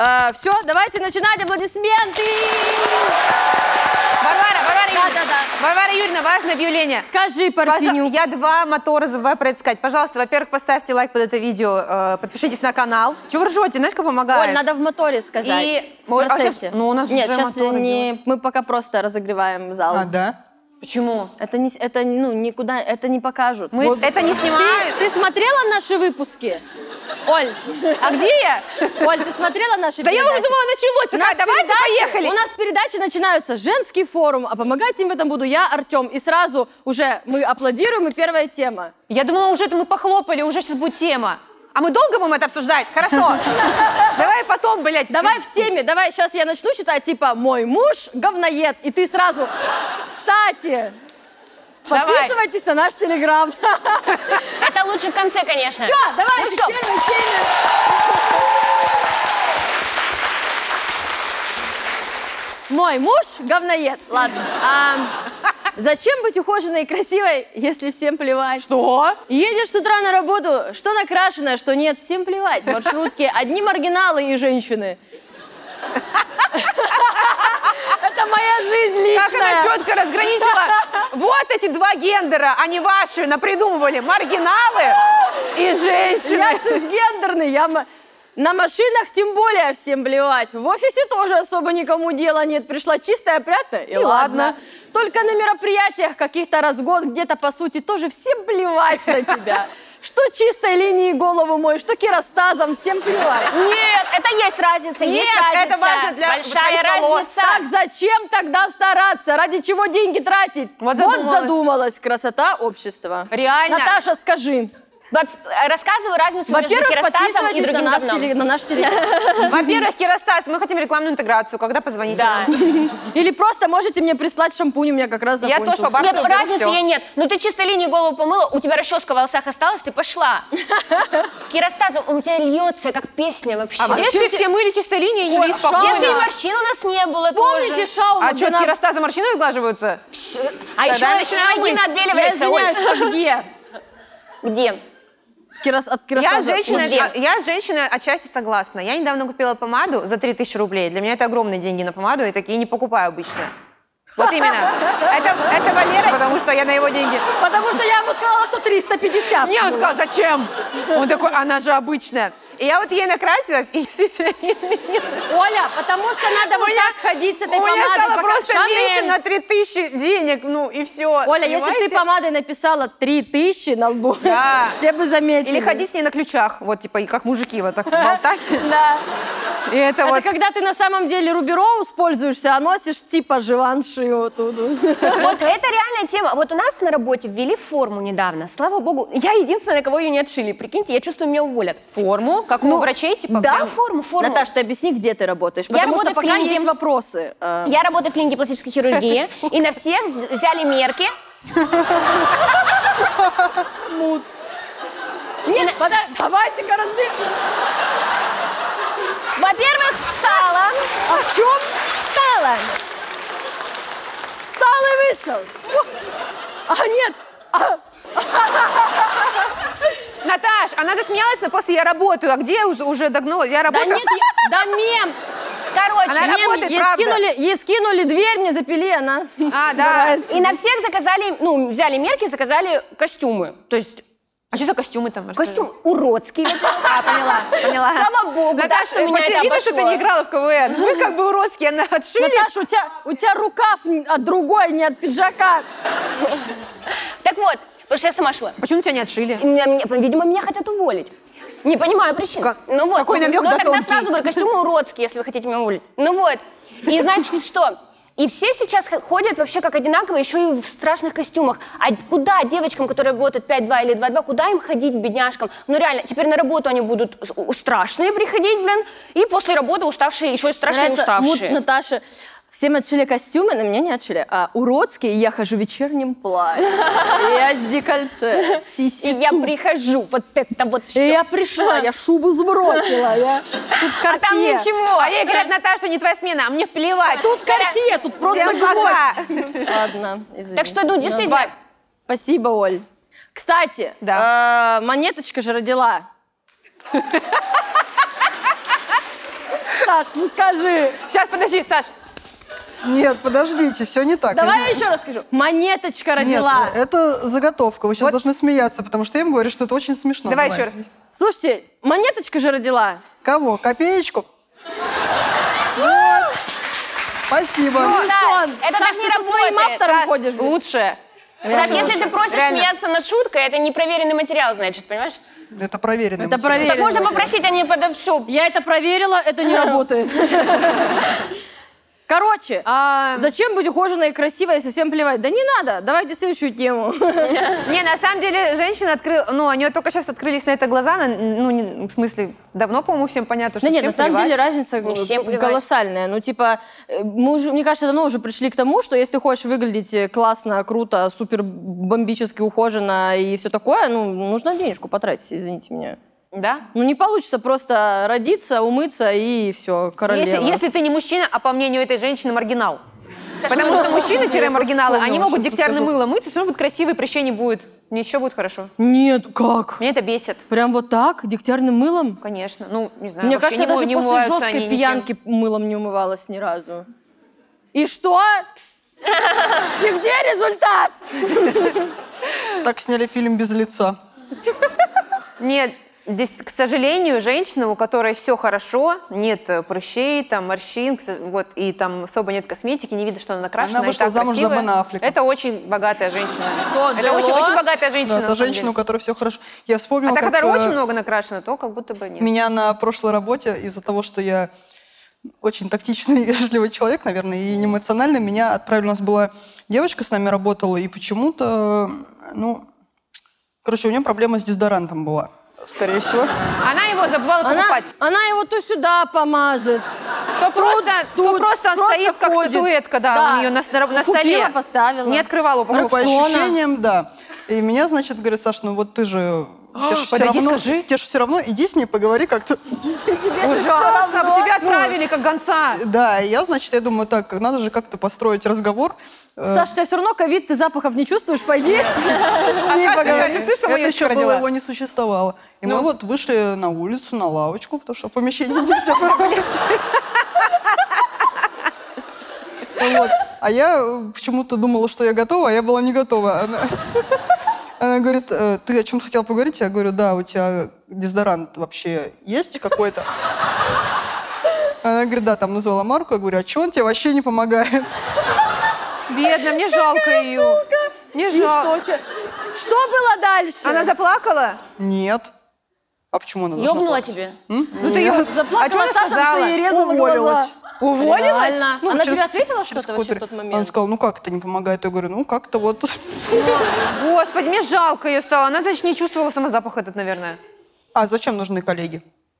Все, давайте начинать, аплодисменты! Варвара Юрьевна, важное объявление. Скажи, Парфенюк. Я 2 мотора забываю про это сказать. Пожалуйста, во-первых, поставьте лайк под это видео, подпишитесь на канал. Чего вы ржете? Знаешь, как помогает? Оль, надо в моторе сказать. И... В процессе. Ну, у нас Нет, уже сейчас мотор не... идет. Мы пока просто разогреваем зал. А, да? Почему? Это никуда, это не покажут. Мы это не снимаем. Ты смотрела наши выпуски? Оль. А где я? Оль, ты смотрела наши Да передачи? я уже думала, началось. Такая, давайте поехали. У нас передачи начинаются женский форум, а помогать им в этом буду я, Артем. И сразу уже мы аплодируем, и первая тема. Я думала, уже это мы похлопали, уже сейчас будет тема. А мы долго будем это обсуждать? Хорошо. Давай потом, блядь. Давай в теме, давай, сейчас я начну читать, типа, мой муж говноед, и ты сразу, кстати, подписывайтесь на наш телеграм. Это лучше в конце, конечно. Все, давайте к первой теме. Мой муж говноед. Ладно. Зачем быть ухоженной и красивой, если всем плевать? Что? Едешь с утра на работу, что накрашенное, что нет, всем плевать. В маршрутке одни маргиналы и женщины. Это моя жизнь личная. Как она четко разграничила. Вот эти 2 гендера, они ваши, напридумывали. Маргиналы и женщины. Я цисгендерный, на машинах тем более всем плевать. В офисе тоже особо никому дела нет. Пришла чистая, опрятная, и ладно. Только на мероприятиях каких-то раз в год, где-то, по сути, тоже всем плевать на тебя. Что чистой линией голову моешь, что керастазом, всем плевать. Нет, это есть разница, Нет, есть разница. это важно для большая твоих волос. разница. Так зачем тогда стараться? Ради чего деньги тратить? Вот задумалась. Красота общества. Реально. Наташа, скажи. Рассказываю разницу между Во-первых, керастазом и подписывайтесь другим говном. на наш телеграм. Во-первых, керастаз, мы хотим рекламную интеграцию. Когда позвоните Да. нам? Или просто можете мне прислать шампунь, у меня как раз Я закончился. тоже по Нет, бартеру беру разницы всё. ей нет. Ну ты чистой линией голову помыла, у тебя расческа в волосах осталась, ты пошла. Керастазом у тебя льется, как песня вообще. А в детстве все мыли чистой линией и Ой, шли В детстве и спокойно. морщин у нас не было Вспомните тоже. шоу А что, от Макдональдс. керастаза морщины разглаживаются? А еще Тогда начинаем вагина мыть. Я отбеливается. Оль. извиняюсь, а где? Где? От Я керастаза. с женщиной отчасти согласна. Я недавно купила помаду за 3000 рублей. Для меня это огромные деньги на помаду, и такие не покупаю обычно. Вот именно. Это Валера, потому что я на его деньги. Потому что я ему сказала, что 350. Не, он сказал, зачем? Он такой, она же обычная. И я вот ей накрасилась, и действительно не изменилась. Оля, потому что надо вот так ходить с этой У меня помадой. стало пока просто меньше Шанель. на 3000 денег, ну и все. Оля, если бы ты помадой написала 3000 на лбу, Да. все бы заметили. Или ходить с ней на ключах, вот типа, и как мужики вот так болтать. Да. И это Это вот... когда ты на самом деле Руби Роуз пользуешься, а носишь типа Живанши вот тут. Вот это реальная тема. Вот у нас на работе ввели форму недавно. Слава богу, я единственная, кого ее не отшили. Прикиньте, я чувствую, меня уволят. Форму? Как у врачей, типа? Да, прям? форму. Наташ, ты объясни, где ты работаешь, Я потому что работаю в пока клинике. есть вопросы. Я работаю в клинике пластической хирургии, и на всех взяли мерки. Нет, давайте-ка разбить. Во-первых, встала. А в чем? Встала. Встал и вышел. А нет, Наташ, она засмеялась, но после я работаю. А где я уже догнула? Я да работаю. нет, да мем. Короче, Она работает, правда. Ей скинули дверь, мне запили, она... А, да. и на всех заказали, ну, взяли мерки, заказали костюмы. То есть А что за костюмы там? костюм уродский. А, поняла. Слава богу, да, Наташа, что меня по тебе это видно, что ты обошло. не играла в КВН. Мы как бы уродские, она отшили. Наташа, у тебя рукав от другой, не от пиджака. Так вот, потому что я сама шла. Почему тебя не отшили? Видимо, меня хотят уволить. Не понимаю причин. Ну вот, Какой намек, ну, да, тогда тонкий. сразу говорю, костюмы уродские, если вы хотите меня уволить. Ну вот. И значит, что? И все сейчас ходят вообще как одинаково, еще и в страшных костюмах. А куда девочкам, которые работают 5-2 или 2-2, куда им ходить, бедняжкам? Ну реально, теперь на работу они будут страшные приходить, блин, и после работы уставшие, еще и страшные уставшие. Наташа, всем отшили костюмы, на меня не отшили. А уродские я хожу в вечернем платье. Я с декольте. И я прихожу, вот это вот И все. я пришла, я шубу сбросила, я тут А там Картье. ничего. А ей говорят, Наташа, не твоя смена, а мне плевать. Тут Картье, тут просто Всем пока. гвоздь. Ладно, извини. Так что, ну, действительно. Спасибо, Оль. Кстати, Монеточка же родила. Саш, ну скажи. Сейчас, подожди, Саш. Нет, подождите, все не так. Давай я еще раз скажу. Монеточка Нет, родила. это заготовка. Вы сейчас должны смеяться, потому что я им говорю, что это очень смешно. Давай еще раз. Слушайте, монеточка же родила. Кого? Копеечку? Вот. Спасибо. Сон. это Саш, так не ты со своим работает. автором Саш, ходишь. блин. лучше. Саш, если ты просишь Реально. смеяться над шуткой, это непроверенный материал, значит, понимаешь? Это проверено. Это проверено. Так можно попросить, а не под все. Я это проверила, это не работает. Короче, зачем быть ухоженной и красивой, если всем плевать? Да не надо, давайте следующую тему. Не, на самом деле, женщина открыла, ну, они вот только сейчас открылись на это глаза, ну, в смысле, давно, по-моему, всем понятно, что Да нет, всем на самом плевать. деле разница Не всем плевать. колоссальная. Ну, типа, мы уже, мне кажется, давно уже пришли к тому, что если ты хочешь выглядеть классно, круто, супер бомбически ухоженно и все такое, ну, нужно денежку потратить, извините меня. Да? Ну, не получится просто родиться, умыться и все, королева. Если ты не мужчина, а по мнению этой женщины, маргинал. Саш, Потому что мужчины-маргиналы, вспомнила, они могут сейчас дегтярным расскажу. мылом мыться, все равно будет красивый, прыщей не будет. Мне еще будет хорошо. Нет, как? Меня это бесит. Прям вот так, дегтярным мылом? Конечно. Ну, не знаю. Мне вообще кажется, не даже не после умываются жесткой они ничем. пьянки мылом не умывалась ни разу. И что? И где результат? Так сняли фильм «Без лица». Нет, здесь, к сожалению, женщина, у которой все хорошо, нет прыщей, там, морщин, вот, и там особо нет косметики, не видно, что она накрашена. Она и вышла так замуж за красивая. Бена Аффлека. Это очень богатая женщина. Кто, Это Джей очень, Ло? очень богатая женщина. Да, на это самом женщина, деле. у которой все хорошо. Я вспомнила, А та, как которая очень много накрашена, то как будто бы нет. меня на прошлой работе, из-за того, что я очень тактичный и вежливый человек, наверное, и не эмоциональный, меня отправили, у нас была девочка с нами работала, и почему-то, ну, короче, у нее проблема с дезодорантом была, скорее всего. Она его забывала покупать. Она его то сюда помажет. То просто он стоит, как ходит. статуэтка, да, Да. у нее на Купила, столе. поставила. Не открывала Ну, по упаковку. ощущениям, да. И меня, значит, говорит, Саш, ну вот ты же... Тебе же все Подойди, равно, скажи. тебе же все равно, иди с ней, поговори как-то. Ужасно, тебя отправили как гонца. Да, и я, значит, я думаю, так, надо же как-то построить разговор. Саша, у тебя все равно ковид, ты запахов не чувствуешь, пойди. А Саша, ты слышала, Это я еще было, родила? его не существовало. И мы вот вышли на улицу, на лавочку, потому что в помещении нельзя было. Вот. А я почему-то думала, что я готова, а я была не готова. Она говорит, ты о чем хотела поговорить? Я говорю, да, у тебя дезодорант вообще есть какой-то? Она говорит, да, там назвала марку. Я говорю, а что он тебе вообще не помогает? Бедно, мне жалко ее. Мне И жалко. что было дальше? Она заплакала? Нет. А почему она должна Ёбнула плакать? тебе? Ну ты её- Заплакала А что она Саша, сказала? потому что ей резала глаза. Уволилась. Уволилась? Реально. Ну, Она через- тебе ответила через что-то вообще в какой-то- тот Она момент? сказала, ну как это не помогает? Я говорю, ну как-то вот. Господи, мне жалко ее стало. Она, значит, не чувствовала самозапах этот, наверное. А зачем нужны коллеги?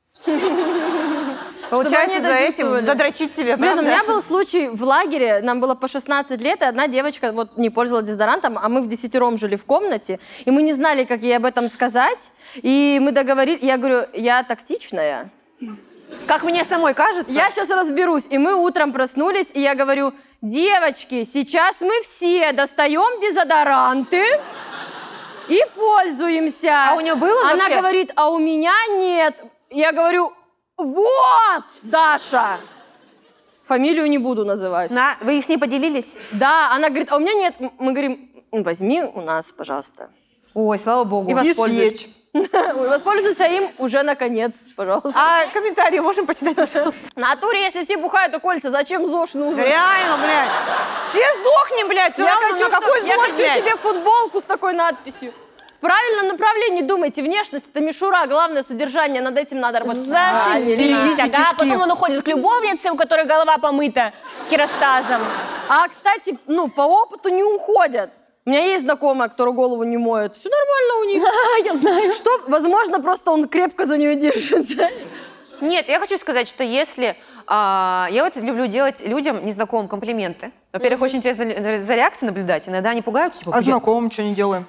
Получается, они за это этим чувствовали. задрочить тебя, Блин, у правда? меня был случай в лагере, нам было по 16 лет, и одна девочка вот не пользовалась дезодорантом, а мы вдесятером жили в комнате, и мы не знали, как ей об этом сказать, и мы договорились, я говорю, я тактичная, Как мне самой кажется. я сейчас разберусь, и мы утром проснулись, и я говорю, девочки, сейчас мы все достаем дезодоранты и пользуемся. А у неё было Она вообще? говорит, а у меня нет. Я говорю, вот, Даша. Фамилию не буду называть. Вы с ней поделились? Да, она говорит, а у меня нет. Мы говорим, возьми у нас, пожалуйста. Ой, слава богу. И И воспользуйся. съесть. Ой, воспользуйся им уже наконец, пожалуйста. А комментарии можем почитать, пожалуйста? В натуре, если все бухают, то кольца, зачем ЗОЖ нужен? Реально, блядь. Все сдохнем, блядь. Все Я равно, хочу, на какой я ЗОЖ, хочу блядь? себе футболку с такой надписью. В правильном направлении думайте. Внешность — это мишура, главное содержание. Над этим надо работать. Зашибись, Берегите да? кишки. Потом он уходит к любовнице, у которой голова помыта керастазом. А, кстати, ну, по опыту не уходят. У меня есть знакомая, которая голову не моет. Все нормально у них. Я знаю. Что, возможно, просто он крепко за нее держится. Нет, я хочу сказать, что если... я вот люблю делать людям, незнакомым, комплименты. Во-первых, очень интересно за реакцией наблюдать. Иногда они пугаются, типа... А знакомым что не делаем?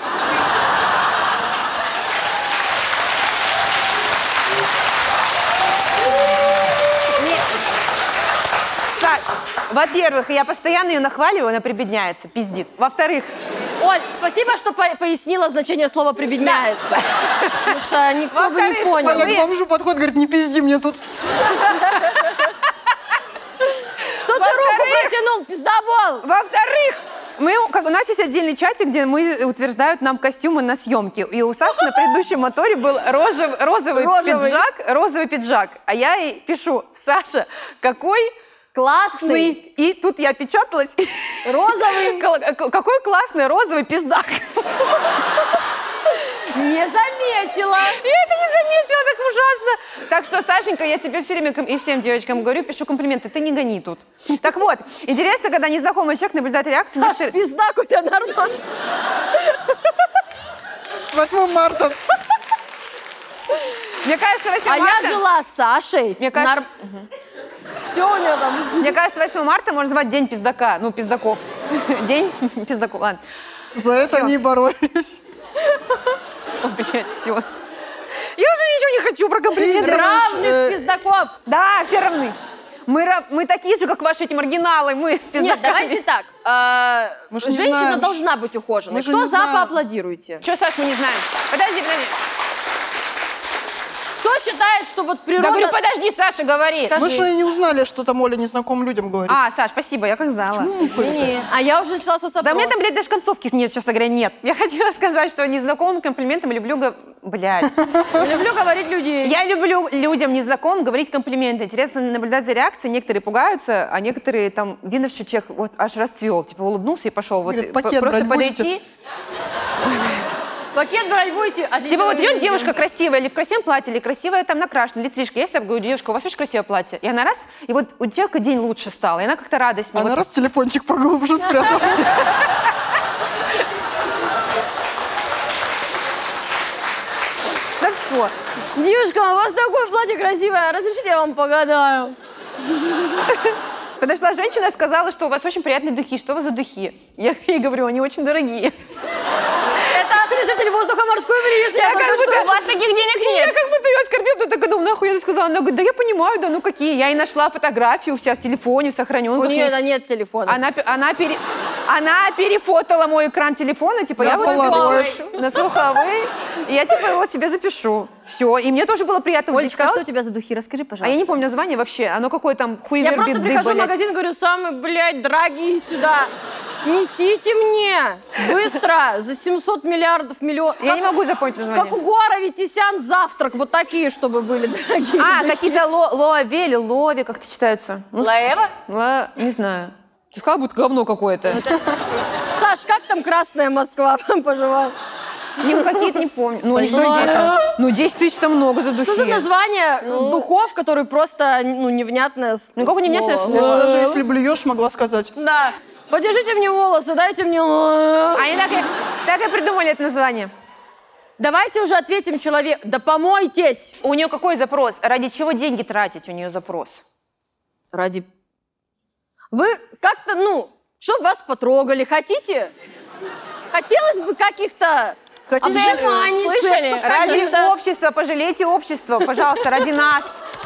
Во-первых, я постоянно ее нахваливаю, она прибедняется, пиздит. Во-вторых, Оль, спасибо, что пояснила значение слова «прибедняется». Потому что никто бы не Во-вторых, понял. Она к бомжу подходит, говорит, не пизди мне тут. руку протянул, пиздобол? Во-вторых, у нас есть отдельный чатик, где мы утверждают нам костюмы на съемки. И у Саши на предыдущем моторе был розовый пиджак. А я ей пишу: Саша, какой Классный. И тут я печаталась. Розовый. Какой классный розовый пиздак. Не заметила. Я это не заметила, так ужасно. Так что, Сашенька, я тебе все время и всем девочкам говорю, пишу комплименты, ты не гони тут. Так вот, интересно, когда незнакомый человек наблюдает реакцию... Саш, пиздак у тебя нормально. С 8 марта. Мне кажется, 8 А марта... я жила с Сашей. Мне кажется, Все у нее там. мне кажется, 8 марта можно звать День пиздака. Ну, пиздаков. День пиздаков, ладно. За это Всё. они боролись. О, блядь, все. Я уже ничего не хочу про комплименты. Равных пиздаков. Да, все равны. Мы такие же, как ваши эти маргиналы, мы с пиздаками. Нет, давайте так. Мы ж не Женщина знаем. должна быть ухоженной. Мы же Кто не за, знаем. поаплодируйте. Что, Саш, мы не знаем? Подожди. Кто считает, что вот природа... Да говорю, подожди, Саша, говори. Скажи. Мы же и не узнали, что там Оля незнакомым людям говорит. А, Саш, спасибо, я как знала. Извини. А я уже начала соцопрос. Да у меня там, блядь, даже концовки нет, честно говоря, нет. Я хотела сказать, что незнакомым комплиментом люблю... Блядь. Люблю говорить людей. Я люблю людям незнакомым говорить комплименты. Интересно наблюдать за реакцией. Некоторые пугаются, а некоторые там, видно, что человек вот аж расцвел. Типа улыбнулся и пошел. Вот, Говорит, пакет просто брать подойти. будете? Пакет брать будете? Отлично. Типа вот идет выглядите. девушка красивая, или в красивом платье, или красивая там накрашена, или стрижка. Я всегда говорю: девушка, у вас очень красивое платье. И она раз, и вот у человека день лучше стал, и она как-то радостнее. Она Вот. раз телефончик поглубже спрятала. Да все. Девушка, у вас такое платье красивое. Разрешите, я вам погадаю? Подошла женщина и сказала, что у вас очень приятные духи. Что у вас за духи? Я ей говорю: они очень дорогие. Это освежитель воздуха морской бриз. Я как только будто что... у вас таких денег нет. Я как будто ее оскорбила, но так думаю, нахуй я сказала. Она говорит: да я понимаю, да ну какие. Я и нашла фотографию у себя в телефоне, в сохраненках. У нее нет телефона. Она перефотала мой экран телефона, типа, На я вот Polaroid. это- на слуховой, и я типа вот себе запишу. Все, и мне тоже было приятно. Олечка, а Читала. что у тебя за духи? Расскажи, А пожалуйста. я не помню название вообще, оно какое там Я хуевер просто беды, прихожу в блядь. магазин и говорю: самые, блядь, дорогие сюда. Несите мне быстро за 700 миллиардов миллионов. Я не могу запомнить название. Как у Гора Витисян завтрак. Вот такие, чтобы были дорогие. А, какие-то лоаве или лови как-то читаются. Ну, Лаева? не знаю. Ты сказала, будет говно какое-то. Саш, как там Красная Москва поживает? Какие-то не помню. Ну, Стоит. ну, 10 тысяч там много за духи. Что за название духов, которые просто, невнятное Ну, какое невнятное слово? Я же слово. даже если блюешь, могла сказать. Да. Подержите мне волосы, дайте мне... Они так и придумали это название. Давайте уже ответим человеку. Да помойтесь. У нее какой запрос? Ради чего деньги тратить? У нее запрос. Ради... Вы как-то, чтоб вас потрогали. Хотите? Хотелось бы каких-то... Хотите, обниманий, слышали? сексов Ради каких-то. общества, пожалейте общество, пожалуйста, ради нас.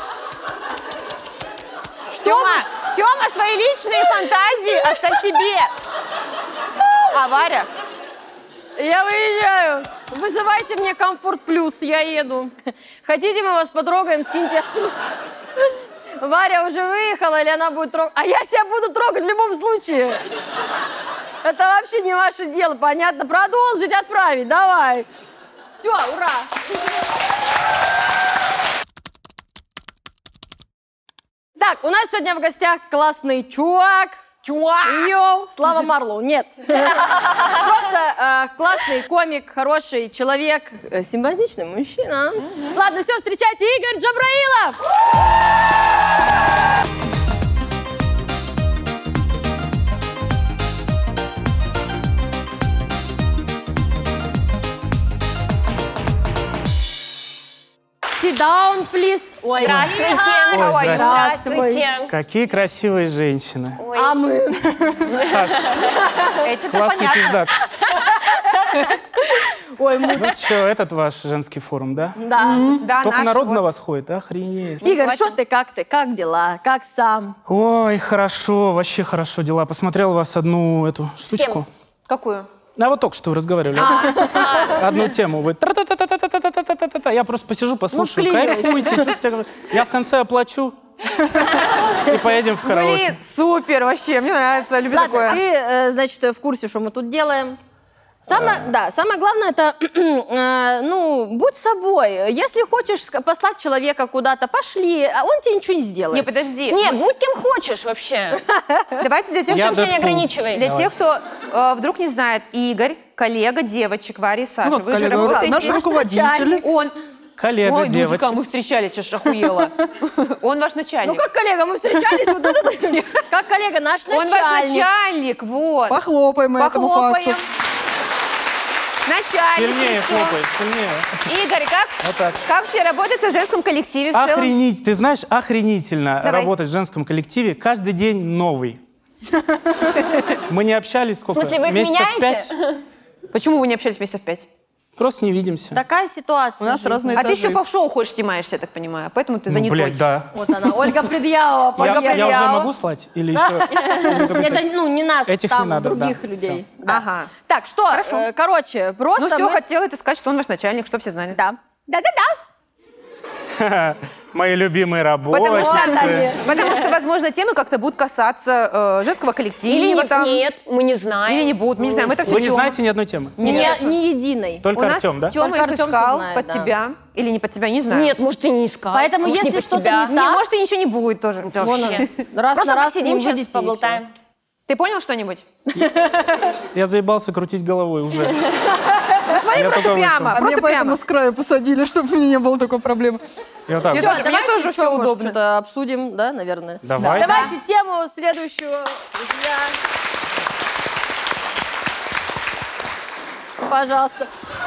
Тёма, свои личные фантазии оставь себе. А Варя? Я выезжаю. Вызывайте мне Комфорт Плюс, я еду. Хотите, мы вас потрогаем, скиньте. Варя уже выехала, или она будет трогать? А я себя буду трогать в любом случае. Это вообще не ваше дело, понятно? Продолжить, отправить, давай. Все, ура. Так, у нас сегодня в гостях классный чувак. Йоу, Слава Марлоу. Нет. Просто классный комик, хороший человек, симпатичный мужчина. Ладно, все, встречайте, Игорь Джабраилов. Sit down, please. Ой, Здравствуйте. Ой, Здравствуйте. Какие красивые женщины. а мы... Саш, Эти-то классный понятно. пиздак. Ой, мы... Ну что, этот ваш женский форум, да? Да. Да, Сколько наш народу вот. на вас ходит, охренеть. Игорь, что ты, как ты? Как дела? Как сам? Ой, хорошо, вообще хорошо дела. Посмотрел у вас одну эту штучку. Какую? А вот только что вы разговаривали. Одну тему. Вы тра-та-та-та-та-та-та-та-та-та. Я просто посижу, послушаю. вклинилась. Кайфуйте. чё себе- Я в конце оплачу. И поедем в караоке. Блин, супер, вообще, мне нравится, люблю Ладно, такое. ты, значит, в курсе, что мы тут делаем. Самое главное, это, будь собой. Если хочешь послать человека куда-то, пошли, а он тебе ничего не сделает. Не, подожди. Не, будь кем хочешь вообще. Давайте для тех, Я кто... Себя не Дэдпул. ограничивай. Для тех, кто вдруг не знает, Игорь, коллега девочек Вари и Саши. Ну, как Вы же коллега, работаете- наш руководитель. Он... Коллега, Ой, девочка. Дудька, мы встречались, сейчас охуела. Он ваш начальник. Ну, как коллега, мы встречались, вот это, как коллега, наш Он ваш начальник. начальник, вот. Похлопаем этому факту. Похлопаем. Начальник. Сильнее и всё. хлопай, сильнее. Игорь, Вот так. как тебе работается в женском коллективе в целом? Охренеть, ты знаешь, охренительно Давай. работать в женском коллективе. Каждый день новый. Мы не общались сколько? В смысле, вы их Месяцев меняете? 5. Почему вы не общались месяцев 5? Просто не видимся. Такая ситуация. У нас в жизни. разные А ты этажи. все по шоу ходишь, снимаешься, я так понимаю, поэтому ты Ну, занятой. блядь, да. Вот она, Ольга Предъявова. Я подъехала. уже могу слать? Или еще? Это, не нас, Этих не там, надо, других да, людей. всё. Да. Ага. Так, что, короче, просто Ну все, мы- хотела это сказать, что он ваш начальник, что все знали. Да. Да-да-да. Мои любимые Потому что, работницы. потому что, возможно, темы как-то будут касаться женского коллектива. Или там, нет, мы не знаем. или не будут, мы не знаем. Это все Вы не знаете ни одной темы? Ни единой. У Только нас Артем, да? Тёма Только их Артём искал знает, под да. тебя. Или не под тебя, не знаю. Нет, может, ты не искал. Поэтому Может, если под что-то тебя. не Не, так- может, и ничего не будет тоже. Вон Вообще. она. Раз Просто на раз посидим не сейчас, увидите, и поболтаем. Ты понял что-нибудь? Я заебался крутить головой уже. Ну смотри, Я просто только прямо, вышел. А меня просто поэтому прямо. с края посадили, чтобы у меня не было такой проблемы. И вот так. Мне вот. тоже- Всё, давайте тоже что, всё может, удобно. что-то обсудим, да, наверное? Давайте. Давайте тему следующую, друзья. Пожалуйста.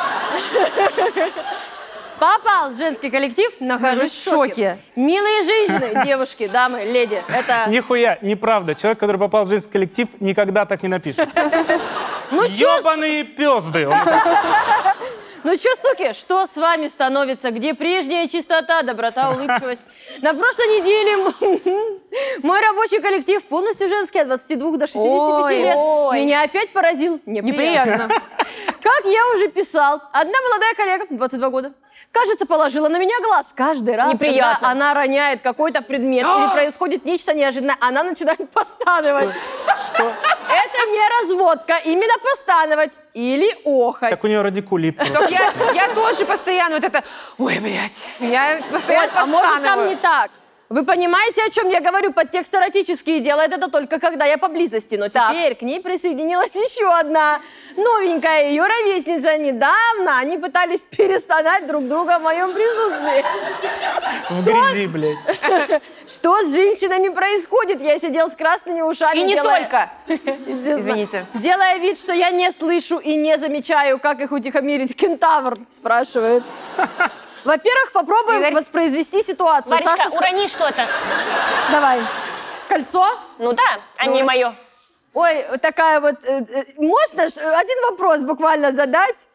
Попал в женский коллектив, нахожусь в шоке. Милые женщины, девушки, дамы, леди, это... Нихуя, неправда. Человек, который попал в женский коллектив, никогда так не напишет. Ну чё, Ёбаные пёзды. ну чё, суки, что с вами становится? Где прежняя чистота, доброта, улыбчивость? На прошлой неделе мой рабочий коллектив полностью женский, от 22 до 65 лет. ой. Меня опять поразил. Неприятно. Как я уже писал, одна молодая коллега, 22 года, кажется, положила на меня глаз каждый раз, Неприятно. когда она роняет какой-то предмет или происходит нечто неожиданное, она начинает постановать. Что? Это не разводка, именно постановать или охать. Так у нее радикулит просто. Так я тоже постоянно вот это... Ой, блядь. Я постоянно Вот, а может там постановаю. не так? Вы понимаете, о чем я говорю? Подтекст эротический, делает это только когда я поблизости. Но теперь к ней присоединилась еще одна новенькая ее ровесница. Недавно они пытались перестонать друг друга в моем присутствии. В грязи, блядь. Что с женщинами происходит? Я сидел с красными ушами. И не делая- только. Естественно. Извините. Делая вид, что я не слышу и не замечаю, как их утихомирить. Кентавр спрашивает. Во-первых, попробуем Игорь. воспроизвести ситуацию. Варечка, Саша, урони что-то. давай. Кольцо? Ну да, а не мое. Ой, вот такая вот... можно один вопрос буквально задать?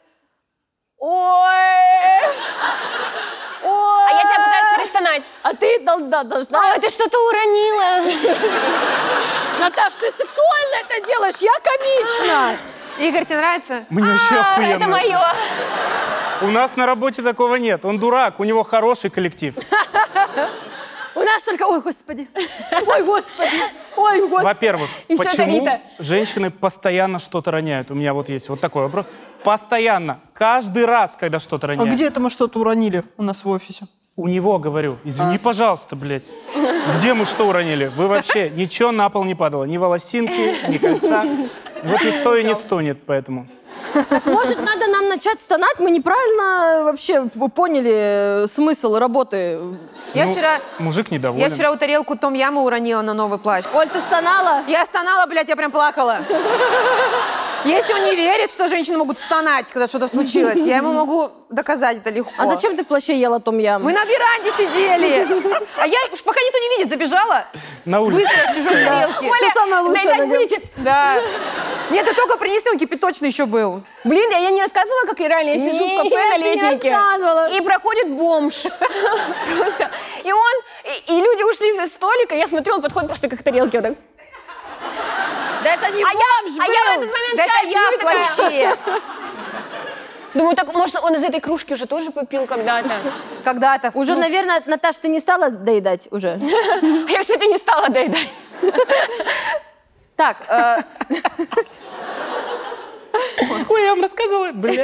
Ой! Ой! А я тебя пытаюсь перестонать. А ты должна... А, ты что-то уронила. Наташ, ты сексуально это делаешь, я комично! Игорь, тебе нравится? Мне вообще А, охуенно. это мое. У нас на работе такого нет. Он дурак, у него хороший коллектив. У нас только... Ой, господи! Ой, господи! Ой, господи! Во-первых, И всё это почему Рита. женщины постоянно что-то роняют? У меня вот есть вот такой вопрос. Постоянно. Каждый раз, когда что-то А роняют. где это мы что-то уронили у нас в офисе? У него, говорю. Извини, пожалуйста, блядь. Где мы что уронили? Вы вообще ничего на пол не падало. Ни волосинки, ни кольца. Вот никто и не стонет, поэтому. Может, надо нам начать стонать? Мы неправильно вообще поняли смысл работы. Я Ну, вчера... Мужик Я недоволен. вчера тарелку том-яму уронила на новый плащ. Оль, ты стонала? Я стонала, блядь, я прям плакала. Если он не верит, что женщины могут стонать, когда что-то случилось, я ему могу доказать это легко. А зачем ты в плаще ела том-ям? Мы на веранде сидели. А я, пока никто не видит, забежала. На улице. Быстро в чужой тарелке. Все самое лучшее доедать надел. будете? Да. Нет, ты только принеси, он кипяточный еще был. Блин, я не рассказывала, как я реально я сижу в Нет, кафе на ты не летнике. рассказывала. И проходит бомж. Просто. И он, и люди ушли за столика, я смотрю, он подходит просто как к тарелке. Вот так. Да это не А бомж я в был. этот момент Да чай это я пью, в плаще. Думаю, так, может, он из этой кружки уже тоже попил когда-то. Когда-то. Уже, Ну, наверное, Наташ, ты не стала доедать уже? Я, кстати, не стала доедать. Так, Ой, я вам рассказывала, бля.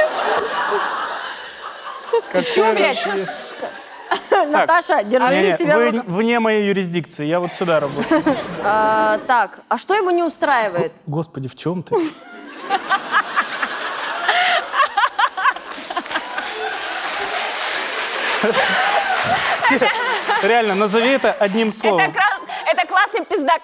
Чё, блядь? Наташа, держи Не-не, себя в вы руках. вне моей юрисдикции, я вот сюда работаю. Так, а что его не устраивает? Господи, в чем ты? Реально, назови это одним словом. Это классный пиздак.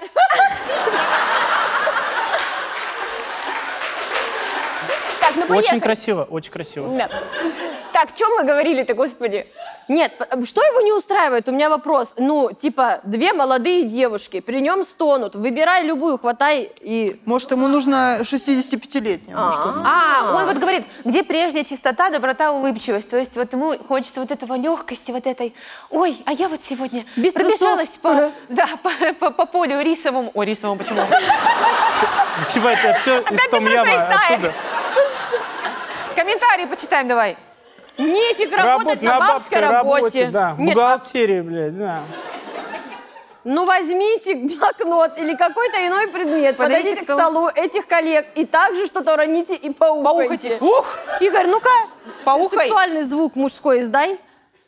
Так, ну поехали. Очень красиво, очень красиво. Да. Так, о чем мы говорили-то, господи? Нет, что его не устраивает? У меня вопрос. Ну, типа, две молодые девушки, при нем стонут. Выбирай любую, хватай и... Может, ему нужно 65-летняя. Может, он- он вот говорит, где прежняя чистота, доброта, улыбчивость. То есть вот ему хочется вот этого легкости, вот этой. Ой, а я вот сегодня Без пробежалась трусов. по полю рисовому. Ой, рисовому почему? Ебать, а все из том яма. Откуда? Комментарии почитаем давай. Нефиг работать на бабской работе. Да, в Нет, бухгалтерии, блядь, да. ну возьмите блокнот или какой-то иной предмет, Подойдите подойдите к к столу этих коллег и также что-то уроните и поухайте. Ух! Игорь, ну-ка, Поухай. сексуальный звук мужской издай.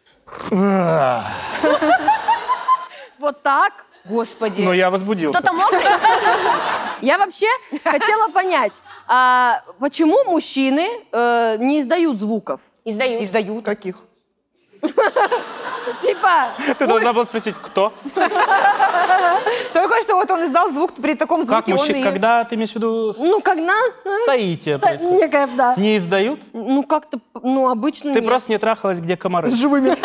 Вот так. Господи. Но я возбудился. Кто-то мокрый? Я вообще хотела понять, почему мужчины не издают звуков? Издаю. Издают. Каких? Типа, Ты должна была спросить, кто? Только что вот он издал звук при таком звуке. Как мужчина? Когда ты имеешь в виду ну когда... соитие происходит? Некая, да. Не издают? Ну как-то, ну обычно Ты нет. просто не трахалась, где комары. С живыми.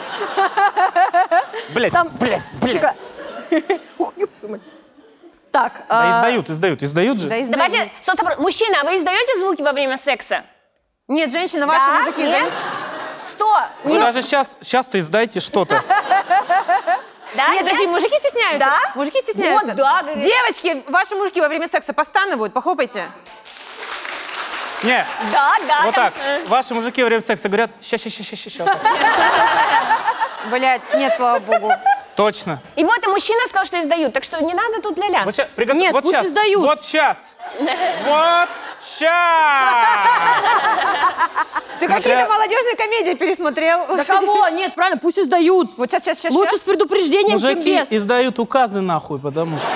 Блять, Там, блять. сука. Ух, ёб твою мать. Так, Да издают же. Да, издают. Давайте, соцопрос. Мужчина, а вы издаете звуки во время секса? Нет, женщина, ваши Да? мужики Нет? издают. Что? Вы даже сейчас-то издайте что-то. Да? Нет, подожди, мужики стесняются. Да? Мужики стесняются. Вот, да, говорит. Девочки, ваши мужики во время секса постанывают, похлопайте. Не, Да, да. вот там, так. Ваши мужики во время секса говорят, ща. Блять, нет, слава богу. Точно. И вот и мужчина сказал, что издают, так что не надо тут ля-ля. Вот ща, Нет, вот пусть щас. издают. Вот сейчас. Вот сейчас. Ты какие-то молодежные комедии пересмотрел. да кого? Нет, правильно, пусть издают. Вот сейчас. Лучше с предупреждением, чем Мужики без. издают указы нахуй, потому что...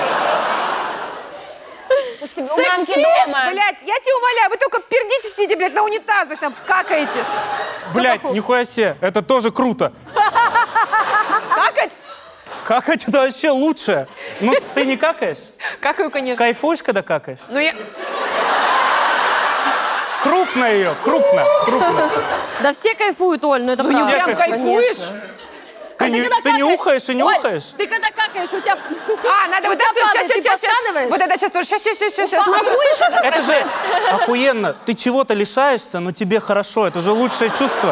У мамки Сексист, дома. блядь, я тебя умоляю, вы только пердите, сидите, блядь, на унитазах, там, какаете. Блять, нихуя себе, это тоже круто. Какать? Какать это вообще лучше. Ну, ты не какаешь? Какаю, конечно. Кайфуешь, когда какаешь? Ну, я... Крупно ее, крупно. Да все кайфуют, Оль, ну это Ну, правда. я прям кайфуешь? Конечно. Ты А не когда какаешь- ухаешь и не Оль, ухаешь? ты когда какаешь, у тебя... надо вот тебя это, падает, ты постанываешь? Вот это сейчас тоже, сейчас. Смакуешь это? Это же охуенно. Ты чего-то лишаешься, но тебе хорошо. Это же лучшее чувство.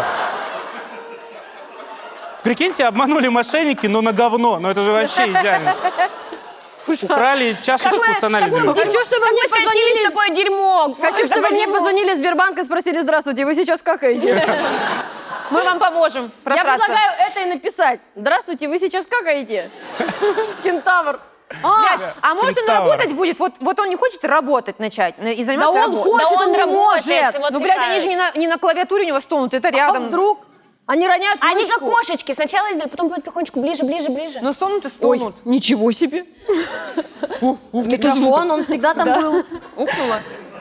Прикиньте, обманули мошенники, но на говно. Но это же вообще идеально. Украли чашечку с анализами. Хочу, чтобы мне позвонили... такое дерьмо. Хочу, чтобы мне позвонили из Сбербанка и спросили, здравствуйте, вы сейчас какаете? Мы вам поможем Я просраться. предлагаю это и написать. Здравствуйте, вы сейчас какаете? Кентавр. Блядь, а может он Кентавр. работать будет? Вот он не хочет работать начать и Да заниматься он работой. хочет, Да он он не работает, может. и вот Ну, блядь, они же не на клавиатуре у него стонут, это А рядом. вдруг? Они роняют Они как мышку. кошечки. Сначала издали, потом потихонечку ближе. Ну, стонут и Ой, стонут. ничего себе. Микрофон, он всегда там был. Ухнула.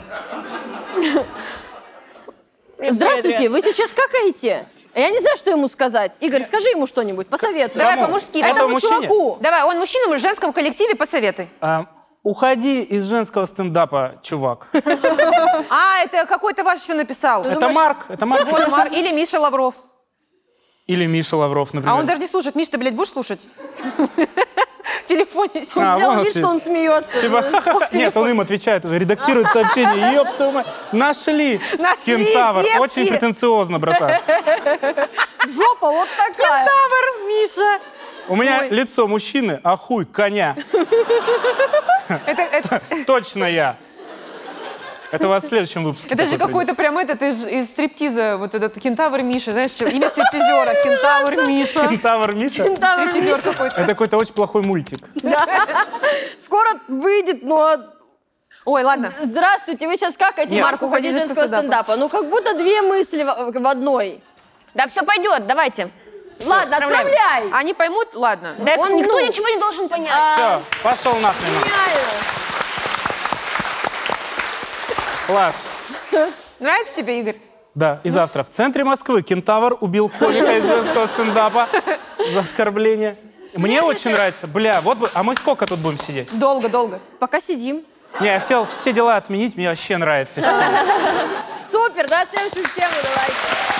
Здравствуйте, вы сейчас какаете? Я не знаю, что ему сказать. Игорь, скажи ему что-нибудь, посоветуй. Давай Кому? по-мужски. Это Этому мужчине? чуваку. Давай, он мужчина, мы в женском коллективе, посоветуй. Уходи из женского стендапа, чувак. Это какой-то ваш еще написал. Это Марк. Это Марк. Вот, Марк. Или Миша Лавров. Или Миша Лавров, например. А он даже не слушает. Миш, ты, блядь, будешь слушать? В телефоне сидит. Он А, сделал вон он вид, что он смеется. Типа, ха-ха-ха. Нет, он им отвечает уже, редактирует сообщение. Ёб твою мать. Нашли. Нашли, Кентавр. девки. Очень претенциозно, братан. Жопа вот такая. Тавр, Миша. У меня лицо мужчины, а хуй коня. Это Точно я. Это у вас в следующем выпуске. Это же такой какой-то прям из стриптиза, вот этот кентавр Миша, знаешь, имя стриптизера, кентавр Миша. придет. Кентавр Миша? Кентавр Стриптизер Миша. какой-то. Это какой-то очень плохой мультик. Скоро выйдет, но... Ой, ладно. Здравствуйте, вы сейчас как эти Нет. марку художественского стендапа? Ну, как будто две мысли в одной. Да все пойдет, давайте. Ладно, отправляй. Они поймут? Ладно. Да Он, никто ну, ничего не должен понять. Все, пошел нахрен. Меняю. Класс. Нравится тебе, Игорь? Да, и завтра в центре Москвы кентавр убил комика из женского стендапа за оскорбление. Мне очень нравится. Бля, вот бы... А мы сколько тут будем сидеть? Долго. Пока сидим. Не, я хотел все дела отменить, мне вообще нравится. Супер, да, следующую тему давайте.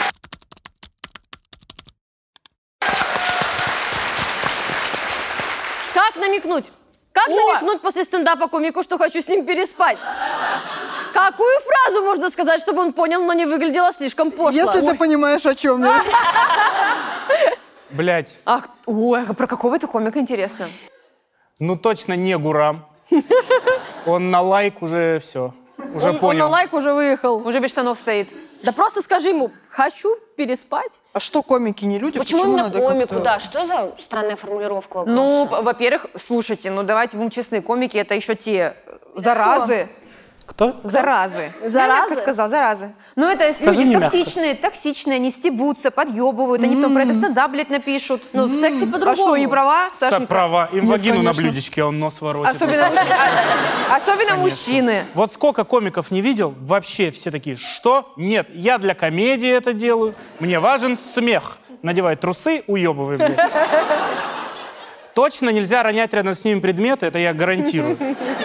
Как намекнуть? Как намекнуть после стендапа комику, что хочу с ним переспать? Какую фразу можно сказать, чтобы он понял, но не выглядело слишком пошло? Если ты понимаешь, о чем я. Блять, Ах, ой, а про какого это комика интересно? ну точно не Гурам. Он на лайк уже все. Уже Он на понял. лайк уже выехал. Уже без штанов стоит. Да просто скажи ему, хочу переспать. А что, комики не люди? Почему именно надо комику? как-то- Да, что за странная формулировка вопроса? Ну, во-первых, слушайте, ну давайте будем честны, комики это еще те заразы. Кто? Заразы. Заразы? Я мягко сказал, заразы. Ну, это Скажи люди не мягко. токсичные, они стебутся, подъебывают, они потом про это стендап, блядь, напишут. Ну, в сексе А по-другому. что, не права, Да, Сашенька? права. Им Нет, вагину на конечно. блюдечке, он нос воротит. Особенно мужчины. Вот сколько комиков не видел, вообще все такие, что? Нет, я для комедии это делаю, мне важен смех. Надевай трусы, уебывай, блядь. Точно нельзя ронять рядом с ними предметы, это я гарантирую.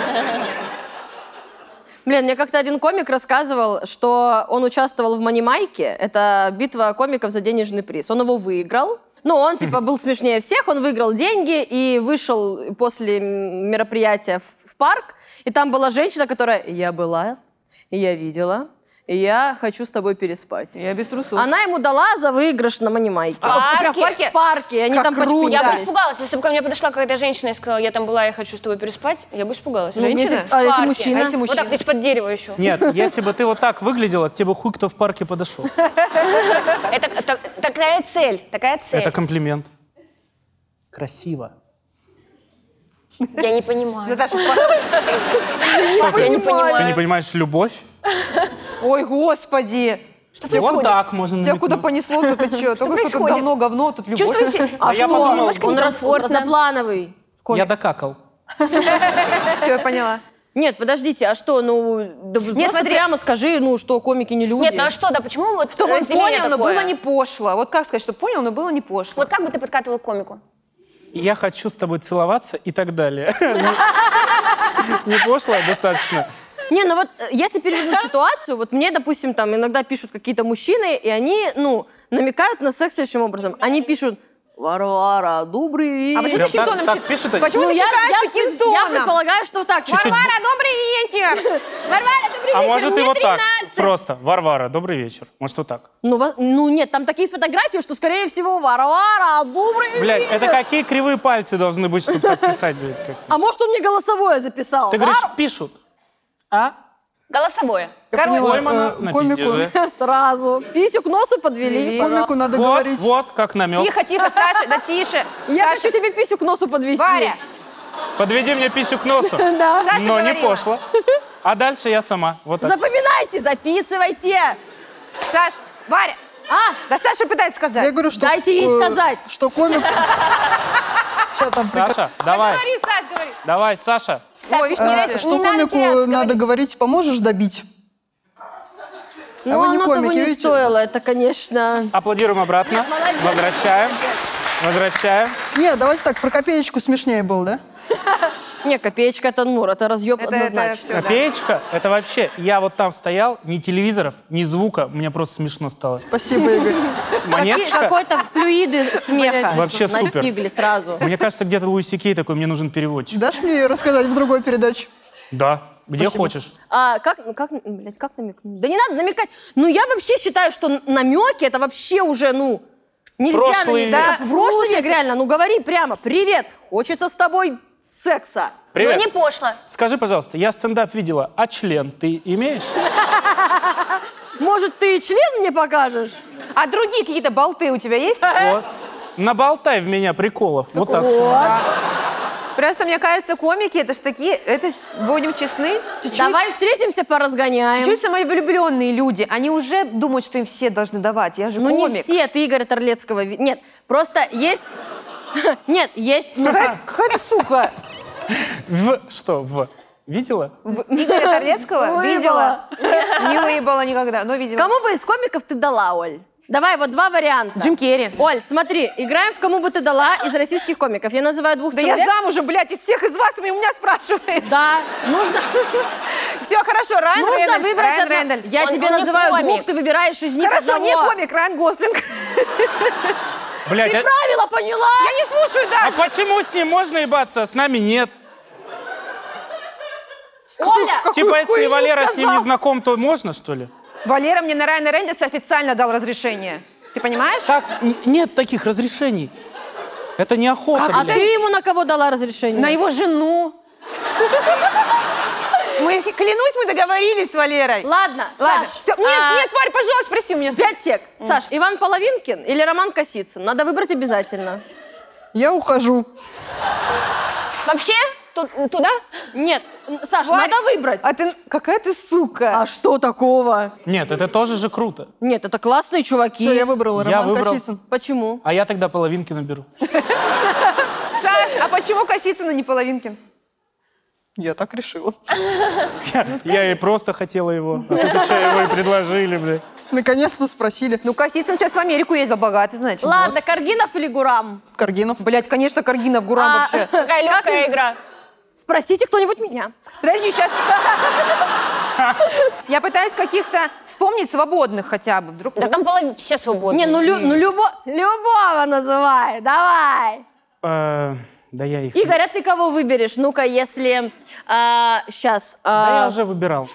Блин, мне как-то один комик рассказывал, что он участвовал в Манимайке. Это битва комиков за денежный приз. Он его выиграл. Ну, он, типа, был смешнее всех, он выиграл деньги и вышел после мероприятия в парк. И там была женщина, которая, я была, и я видела, и я хочу с тобой переспать. Я без трусов. Она ему дала за выигрыш на Манимайке. Прям в парке? В парке. Они Как там круто. Я бы почпунялись. испугалась, если бы ко мне подошла какая-то женщина и сказала, я там была, я хочу с тобой переспать, я бы испугалась. Ну, если- Женщина? а если парке. мужчина? А если Вот мужчина? так, из-под дерева еще. Нет, если бы ты вот так выглядела, к тебе бы хуй кто в парке подошел. Это такая цель, Это комплимент. Красиво. Я не понимаю. Наташа, Что Я не понимаю. Ты не понимаешь любовь? ой, господи. Что И вот происходит? так можно Тебя куда намекнуть. понесло, тут ты что? Только что тут происходит? давно говно, тут любовь. Чувствую себя... А я что? подумал, он некомфортно. разноплановый. Я докакал. Все, я поняла. Нет, подождите, а что, ну, да просто смотри. прямо скажи, ну, что комики не люди. Нет, ну а что, да, почему вот Чтобы он разделение понял, но такое? было не пошло. Вот как сказать, что понял, но было не пошло. Вот как бы ты подкатывал к комику? Я хочу с тобой целоваться и так далее. Не пошло достаточно? Не, ну вот если перевернуть ситуацию, вот мне, допустим, там иногда пишут какие-то мужчины, и они, ну, намекают на секс следующим образом. Они пишут, Варвара, добрый вечер. А почему Прям таким так, тоном так чит- пишут они? Почему ты читаешь таким Я тоном? предполагаю, что так. Чуть-чуть. Варвара, добрый вечер! Варвара, добрый А вечер, может мне и вот так, 13. просто. Варвара, добрый вечер. Может вот так. Ну нет, там такие фотографии, что, скорее всего, Варвара, добрый Блядь, вечер. это какие кривые пальцы должны быть, чтобы так писать? Блядь, как? А может, он мне голосовое записал? Ты говоришь, пишут. А? Голосовое. Я поняла, Поймана на комику, пиздеже. Сразу. Писю к носу подвели. комику надо Вот, говорить. вот, как намек. Тихо, тихо, Саша, да тише. Я Саша, хочу тебе писю к носу подвести. Варя, Подведи мне писю к носу. Да. Саша Но не говорила. пошло. А дальше я сама. Вот так. Запоминайте, записывайте. Саш, Варя. А, Да Саша пытается сказать. Я говорю, что... Дайте ей сказать. Что комик... Сейчас там Саша, давай. Говори, Саш, говори. Давай, Саша. Ой, видишь, не нравится. что Не надо комику теряться, надо говори. говорить, поможешь добить? ну вы не оно того комики, не видите? стоило, это, конечно... Аплодируем обратно. Молодец. Возвращаем. Возвращаем. Нет, давайте так, про копеечку смешнее было, да? Не, копеечка это нур, это разъеб Это однозначно. всё, да. Копеечка, это вообще... Я вот там стоял, ни телевизоров, ни звука. Мне просто смешно стало. Спасибо, Игорь. Монеточка. Какой-то флюиды смеха Вообще супер. настигли сразу. Мне кажется, где-то Луис Сикей такой, мне нужен переводчик. Дашь мне рассказать в другой передаче? Да, где хочешь. А как намекнуть? Да не надо намекать. Ну, я вообще считаю, что намеки это вообще уже, нельзя Прошлый намекать. век. Да, прошлый век, реально. Ну, говори прямо. Привет, хочется с тобой секса. Привет. Ну, не пошло. Скажи, пожалуйста, я стендап видела, а член ты имеешь? Может, ты и член мне покажешь? А другие какие-то болты у тебя есть? Вот. Наболтай в меня приколов. Вот так. Просто, мне кажется, комики, это ж такие, это, будем честны, чуть-чуть. Давай встретимся, поразгоняем. Чуть самовлюбленные люди, они уже думают, что им все должны давать. Я же Ну комик. не все, ты Игоря Торлецкого... Нет, просто есть... Нет, есть... Какая-то сука. Что? Видела? Игоря Торлецкого Выебала. видела. Не выебала никогда, но видела. Кому бы из комиков ты дала, Оль? Давай, вот два варианта. Джим Керри. Оль, смотри, играем в «Кому бы ты дала» из российских комиков. Я называю двух Да человек. я замужем, блядь, из всех из вас вы у меня спрашиваете. Да, нужно... Все, хорошо, Райан Нужно Рейнольдс. выбрать Райан одного. Рейнольдс. Я Он тебе не называю комик. двух, ты выбираешь из них Хорошо, одного. не комик, Райан Гослинг. Блядь, Ты правила поняла? Я не слушаю а даже. почему с ним можно ебаться, а с нами нет? Оля, Типа, если хуйню Валера с ним сказал? не знаком, то можно, что ли? Валера мне на Райана Рейнольдса официально дал разрешение. Ты понимаешь? Так, нет таких разрешений. Это не охота, а блядь. ты ему на кого дала разрешение? На его жену. Мы, клянусь, мы договорились с Валерой. Ладно, Ладно, Саш. всё. Нет, Варь, пожалуйста, спроси у меня. 5 сек. Саш, Иван Половинкин или Роман Косицын? Надо выбрать обязательно. Я ухожу. Вообще? Туда? Нет, Саш, Варь, надо выбрать. А ты, какая ты сука. А что такого? Нет, это тоже же круто. Нет, это классные чуваки. Все, я выбрала Я Роман выбрал. Косицын. Почему? А я тогда половинки наберу. Саш, а почему Косицын, а не Половинкин? Я так решила. Я и просто хотела его. А тут еще его и предложили, блядь. Наконец-то спросили. Ну, Косицын сейчас в Америку ездил, богатый, значит. Ладно, Каргинов или Гурам? Каргинов. Блять, конечно, Каргинов, Гурам А, вообще. Какая легкая игра. Спросите кто-нибудь меня. Подожди, сейчас. Я пытаюсь каких-то вспомнить свободных хотя бы. Вдруг. Да там все свободны. Не, ну любого называй, давай. Да я их... Игорь, а ты кого выберешь? Ну-ка, если... Сейчас. Да я уже выбирал.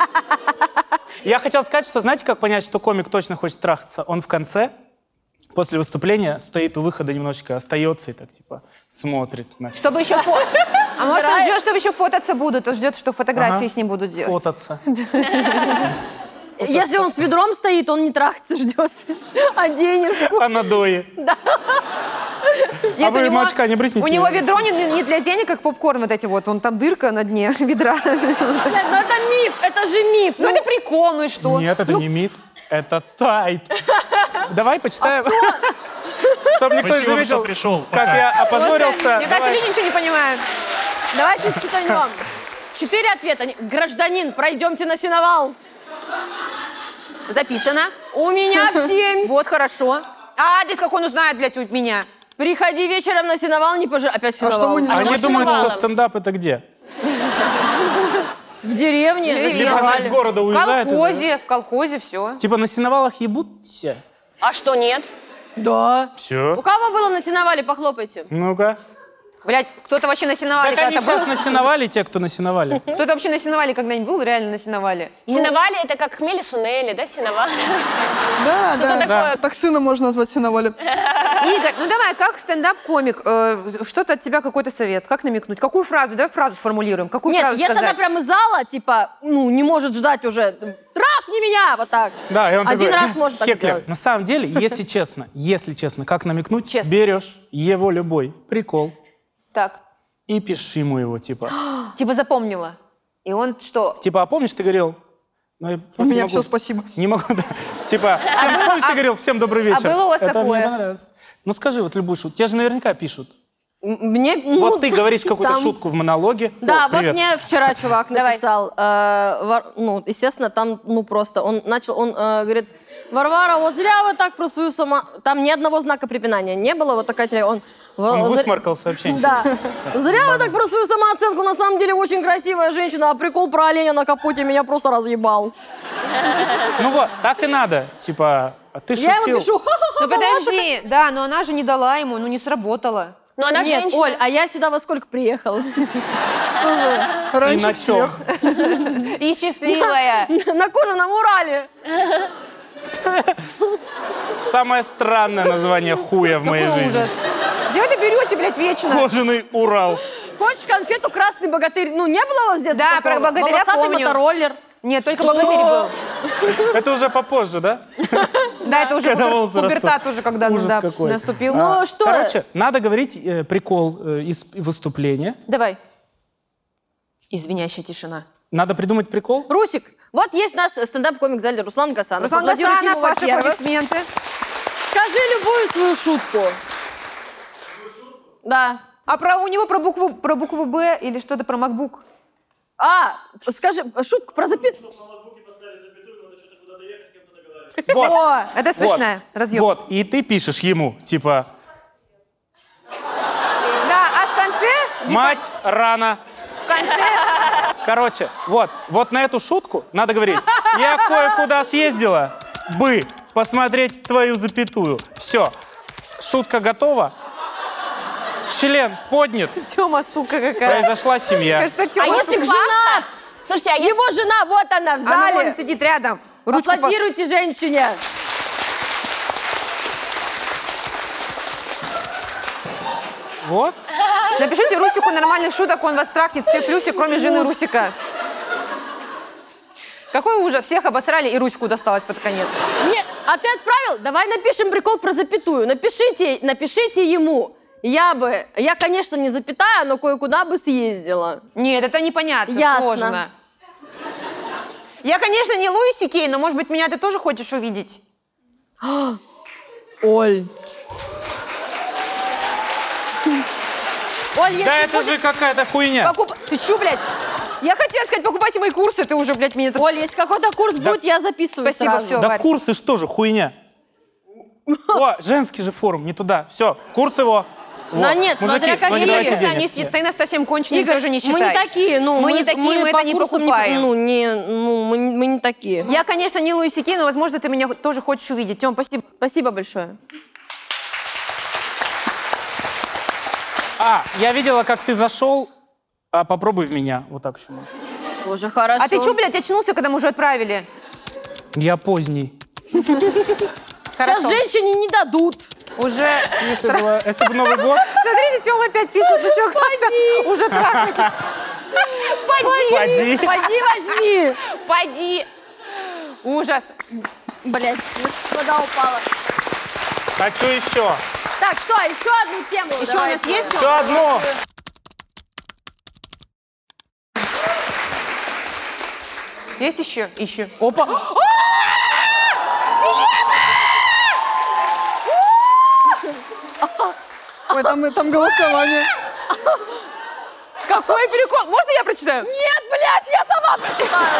Я хотел сказать, что знаете, как понять, что комик точно хочет трахаться? Он в конце, после выступления, стоит у выхода немножечко, остается и так, типа, смотрит на... Чтобы еще А может, он ждет, чтобы еще фототься будут, он ждет, что фотографии Ага. с ним будут делать. Фотаться. Если он с ведром стоит, он не трахаться ждет, а денежку. А на дое. Нет, вы у него- мочка не брызните? У него ведро не для денег, как попкорн вот эти вот. Он там дырка на дне ведра. Нет, ну это миф, это же миф. Ну это прикол, ну и что? Нет, это не миф, это тайп. Давай почитаем. Чтобы никто не Спасибо, заметил, что пришел. как Пока. я Просто, опозорился. мне кажется, Давай. люди ничего не понимают. Давайте читанем. 4 ответа. Гражданин, пройдемте на сеновал. Записано. У меня 7. Вот, хорошо. А адрес как он узнает, блядь, у меня? Приходи вечером на сеновал, не пожалей. Опять что сеновал. мы не Они знаем? думают, что сеновалом. стендап это где? В деревне. на Деревне. Типа она из сеновале. города В уезжает. колхозе, все. Типа на сеновалах ебутся. А что нет? Да. Все. У кого было на сеновале, похлопайте. Ну-ка. Блядь, кто-то вообще на сеновале Так они когда-то был? сейчас на сеновале, те, кто на сеновале. Кто-то вообще на сеновале когда-нибудь был? Реально на сеновале? Сеновали это как хмели сунели, да, сеновали? Да, да. такое. Так сына можно назвать сеновалем. Игорь, ну давай, как стендап-комик, что-то от тебя, какой-то совет, как намекнуть? Какую фразу? Давай фразу сформулируем. Какую Нет, фразу если сказать? она прям из зала, типа, ну, не может ждать уже, трахни меня, вот так. Да, и он Один такой, раз может так «Хеклер». сделать. На самом деле, если честно, как намекнуть? Берешь его любой прикол Так, и пиши ему его, типа. типа запомнила. И он что? Типа, а помнишь, ты говорил? Ну, я У просто не меня могу. все, спасибо. Не могу, да. Типа, помнишь, ты говорил, всем добрый вечер. было у вас Это такое? мне понравилось. Ну, скажи вот любую шутку. Тебе же наверняка пишут. Мне, ну, Вот ты говоришь какую-то там- шутку в монологе. Да, О, вот привет. мне вчера чувак Давай. написал, ну, естественно, там, ну, просто, он говорит, Варвара, вот зря вы так про свою Там ни одного знака препинания не было, вот такая телега. Он высморкал сообщение. Да. Зря вы так про свою самооценку, на самом деле очень красивая женщина, а прикол про оленя на капоте меня просто разъебал. Ну вот, так и надо. Типа, а ты Я ему шутил. пишу, ха-ха-ха, Ну подожди, да, но она же не дала ему, ну не сработало. Но она Нет, женщина. Оль, а я сюда во сколько приехала? Раньше на чём? всех. И счастливая. На кожаном Урале. Самое странное название хуя в моей Какой жизни. ужас. Где вы это берете, блядь, вечно? Кожаный Урал. Хочешь конфету «Красный богатырь»? Ну, не было у вас в детстве Да, такого? про богатыря Волосатый помню. мотороллер. Нет, только богатырь был. Это уже попозже, да? Да, это уже Когда волосы пубертат растут. уже, когда Ужас да, какой. наступил. Ну, что? Короче, надо говорить прикол из выступления. Давай. Извиняющая тишина. Надо придумать прикол. Русик, вот есть у нас стендап-комик в зале Руслан Гасанов. Руслан Аплодируйте Гасанов, ему, ваши во-первых. аплодисменты. Скажи любую свою шутку. Да. А у него про букву «Б» или что-то про MacBook? Скажи шутку про запятую. Вот. О, это смешная. Разъем. Вот, и ты пишешь ему, типа, Да, а в конце... мать рано. В конце... Короче, вот на эту шутку надо говорить. Я кое-куда съездила бы посмотреть твою запятую. Все, шутка готова. Член поднят. Тёма, сука какая. Произошла семья. Хэштег А Тёма, если сука. женат? Слушайте, а если... Его жена, вот она в Она зале. вон сидит рядом. Ручку Аплодируйте женщине. Вот. Напишите Русику нормальных шуток, он вас трахнет, все плюсы, кроме жены Русика. Какой ужас, всех обосрали, и Русику досталось под конец. Нет, а ты отправил? Давай напишем прикол про запятую. Напишите ему. Я, конечно, не запятая, но кое-куда бы съездила. Нет, это непонятно, Ясно. сложно. Я, конечно, не Луи Си Кей, но, может быть, меня ты тоже хочешь увидеть? Оль. Оль, если Да это будет- же какая-то хуйня. Ты чё, блядь? Я хотела сказать, покупайте мои курсы, ты уже, блядь, меня... Оль, если какой-то курс Да. будет, я записываю Спасибо, сразу. всё. Да Варь. курсы что же, хуйня. О, женский же форум, не туда. Все, курс его. Да Вот. нет, Мужики, смотря какие. ну не давайте Если денег. они, ты нас совсем конченые, Игорь, тоже не считай. мы не такие, ну Мы не такие, мы по это не курсам покупаем. мы не такие. Я, конечно, не Луи Си Кей, но, возможно, ты меня тоже хочешь увидеть. Тём, спасибо. Спасибо большое. Я видела, как ты зашел. Попробуй в меня. Вот так еще. можно. Тоже хорошо. А ты чё, блядь, очнулся, когда мы уже отправили? Я поздний. Сейчас Хорошо. женщине не дадут. Уже... Если бы Новый год. Смотрите, Тёма опять пишет, ну чё, как-то уже трахайтесь. Поди. Пойди возьми. Поди. Ужас. Блять, вода упала. Хочу еще. Так, что, еще одну тему. Еще у давайте. нас есть? Еще одну. Есть еще? Еще. Опа. Ой, там голосование. Какой прикол? Можно я прочитаю? Нет, блядь, я сама прочитаю.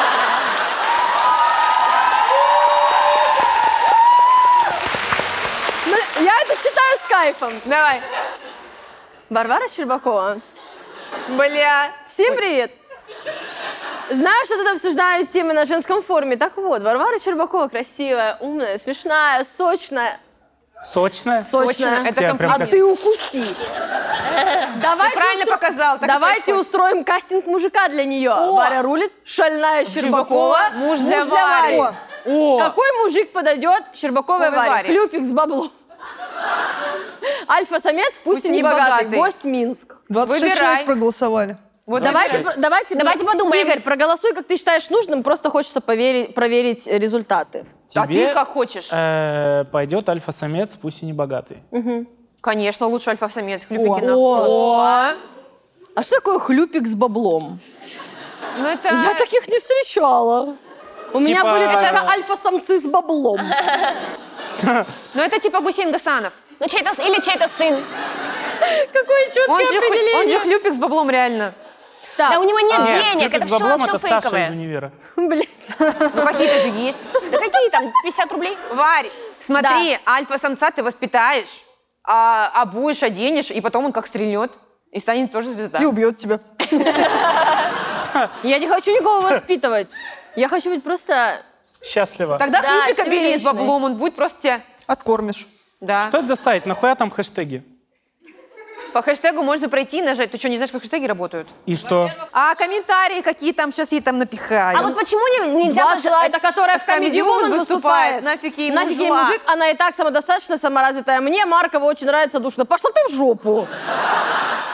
Я это читаю с кайфом. Давай. Варвара Щербакова. Бля. Всем привет. Знаю, что тут обсуждают темы на женском форуме. Так вот, Варвара Щербакова красивая, умная, смешная, сочная. Сочная? Сочная. Это Тебя прям А так- ты укуси. Давайте правильно показал, так и Давайте происходит. устроим кастинг мужика для нее. Варя рулит, шальная Щербакова, муж для Вари. Какой мужик подойдет Щербаковой Ой, Варе? Варе. Хлюпик с баблом. Альфа-самец, пусть и не богатый. Гость Минск. 26 Выбирай. человек проголосовали. Вот Давайте подумаем. Игорь, проголосуй, как ты считаешь нужным, просто хочется проверить результаты. А Тебе, ты как хочешь. пойдет альфа-самец, пусть и не богатый. Конечно, лучше альфа-самец. Хлюпики на... О. А что такое хлюпик с баблом? Ну это... Я таких не встречала. У меня были Типа- только альфа-самцы с баблом. Ну это типа Гусейн Гасанов. Ну, чей-то или чей-то сын. Какое четкое Он же определение. хлюпик с баблом реально. Так, Да у него нет денег, Хлюпик это с баблом, все это Саша из фейковое. универа. блядь. Ну какие-то же есть. Да какие там, 50 рублей? Варь, смотри, альфа-самца ты воспитаешь, обуешь, оденешь, и потом он как стрельнет, и станет тоже звезда. И убьет тебя. Я не хочу никого воспитывать. Я хочу быть просто... Счастливо. Тогда Да, хлюпика себе бери с женщиной. баблом, он будет просто тебя... Откормишь. Да. Что это за сайт? Нахуя там хэштеги? По хэштегу можно пройти и нажать. Ты что, не знаешь, как хэштеги работают? И что? А комментарии какие там, сейчас ей там напихаю. А вот почему нельзя Влад, пожелать? это которая в Comedy Comedy Woman Woman выступает. Нафиг ей Нафиг ей мужла. мужик, она и так самодостаточная, саморазвитая. Мне Маркова очень нравится душно. Пошла ты в жопу.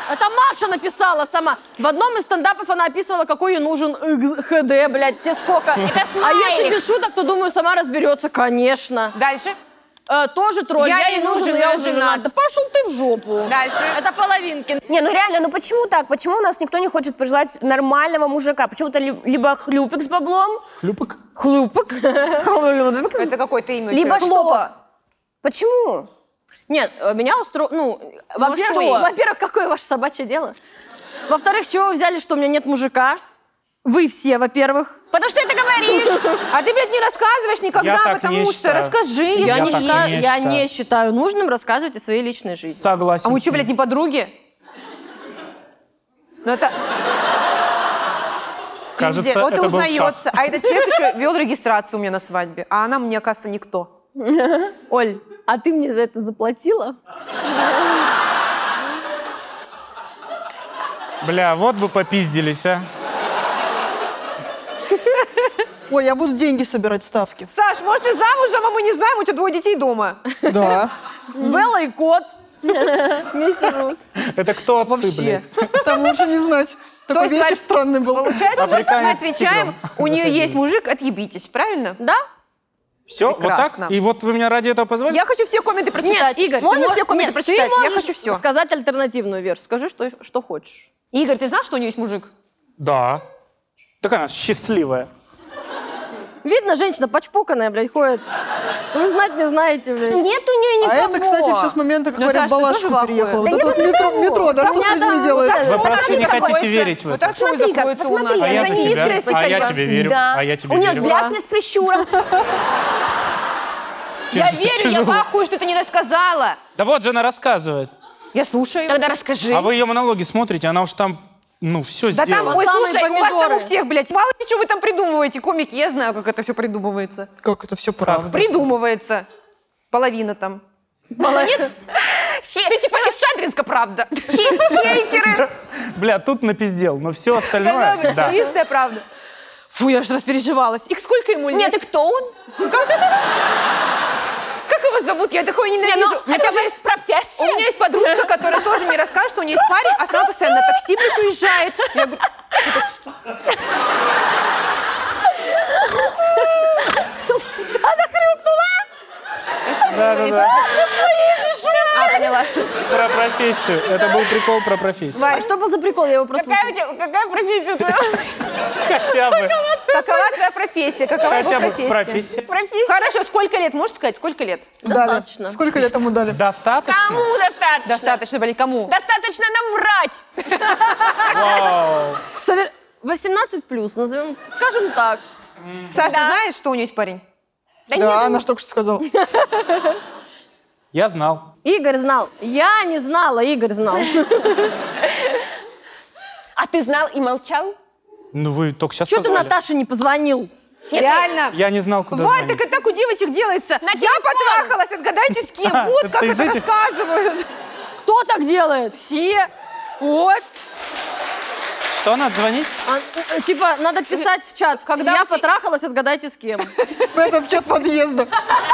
Это Маша написала сама. В одном из стендапов она описывала, какой ей нужен ХД, блядь, тебе сколько. А смайлик. если без шуток, то, думаю, сама разберется, конечно. Дальше. Тоже тролль. Я Я ей ей нужен, нужен, я я уже женат. женат. Да пошел ты в жопу. Дальше. Это половинки. Не, ну реально, ну почему так? Почему у нас никто не хочет пожелать нормального мужика? Почему-то либо хлюпик с баблом, Хлюпок? хлюпик, Это какое-то имя. либо человека. что? Почему? Нет, меня устроило... Ну, во-первых, какое ваше собачье дело? Во-вторых, чего вы взяли, что у меня нет мужика? Вы все, во-первых. Потому что ты это говоришь. А ты, блядь, не рассказываешь никогда, Я так потому не что считаю. расскажи. Я так не я считаю. не считаю нужным рассказывать о своей личной жизни. Согласен. А мы с что, ним. блядь, не подруги? Ну это... Кажется, Пиздец. Вот и это был узнается. А этот человек еще вел регистрацию у меня на свадьбе. А она мне, оказывается, никто. Оль, а ты мне за это заплатила? Бля, вот бы попиздились, а. Ой, я буду деньги собирать, ставки. Саш, может, ты замужем, а мы не знаем, у тебя 2 детей дома. Да. Белла и кот вместе живут. Это кто отцы, Вообще. блядь? Там лучше не знать. Такой есть, вечер странный был. Получается, мы Африканец с отвечаем, тигром. у нее есть мужик, отъебитесь, правильно? Да? Все, вот Прекрасно. так? И вот вы меня ради этого позвали? Я хочу все комменты прочитать. Нет, Игорь, Можно ты все комменты нет, прочитать? Ты Я можешь хочу все. сказать альтернативную версию. Скажи, что хочешь. Игорь, ты знал, что у нее есть мужик? Да. Так она счастливая. Видно, женщина почпоканная, блядь, ходит. Вы знать не знаете, блядь. Нет у нее никого. А это, кстати, все с момента, как Наташ, Мария ты тоже Балашка в ахуе? переехала. Вот Да это вот метро, да, что с Понятно. людьми делает? Вы просто не хотите верить в Вот это. так что Посмотри, как, закроется у нас. посмотри, А я за в ней тебя. неискренность А я спасибо. тебе верю. Да. А я тебе У нее верю. взгляд с прищуром. Я верю, я Тяжело. в ахуе, что ты не рассказала. Да вот же она рассказывает. Я слушаю. Тогда расскажи. А вы ее монологи смотрите, она уж там, ну, все Да там, сделала. ой, Самые слушай, у вас там помидоры. у всех, блядь, мало ли что вы там придумываете. Комики, я знаю, как это все придумывается. Как это все правда. Придумывается. Половина там. Нет? Ты типа из Шадринска, правда. Хейтеры. Бля, тут напиздел, но все остальное, да. Чистая правда. Фу, я аж распереживалась. Их сколько ему лет? Нет, и кто он? Как его зовут? Я такое ненавижу. ну, хотя бы есть с профессией. У меня есть подружка, которая тоже не расскажет, что у нее есть парень, а сама постоянно на такси, блядь, уезжает. Я говорю, Да-да-да. а, поняла. Про профессию. Это был прикол про профессию. А что был за прикол? Я его просто... Какая профессия твоя? Хотя бы. Какова твоя профессия? Какова его Хотя бы профессия? профессия. Хорошо, сколько лет? Можешь сказать, сколько лет? Дали. Достаточно. Сколько лет ему дали? Достаточно? Кому достаточно? Достаточно, блядь, кому? Достаточно нам врать. Вау. 18 плюс, назовем, скажем так. Саш, ты знаешь, что у нее есть парень? Да, она же только что сказала. Я знал. Игорь знал. Я не знала, Игорь знал. А ты знал и молчал? Ну вы только сейчас Чего ты позвали. Наташе не позвонил? Реально. Я не знал, куда Вот, звонить. так и так у девочек делается. На Я телефон. потрахалась, отгадайте с кем. А, Вот это как из это этих? рассказывают. Кто так делает? Все. Вот. Что, надо звонить? Типа, надо писать в чат. Когда Я у тебя- потрахалась, отгадайте с кем. Это в чат подъезда.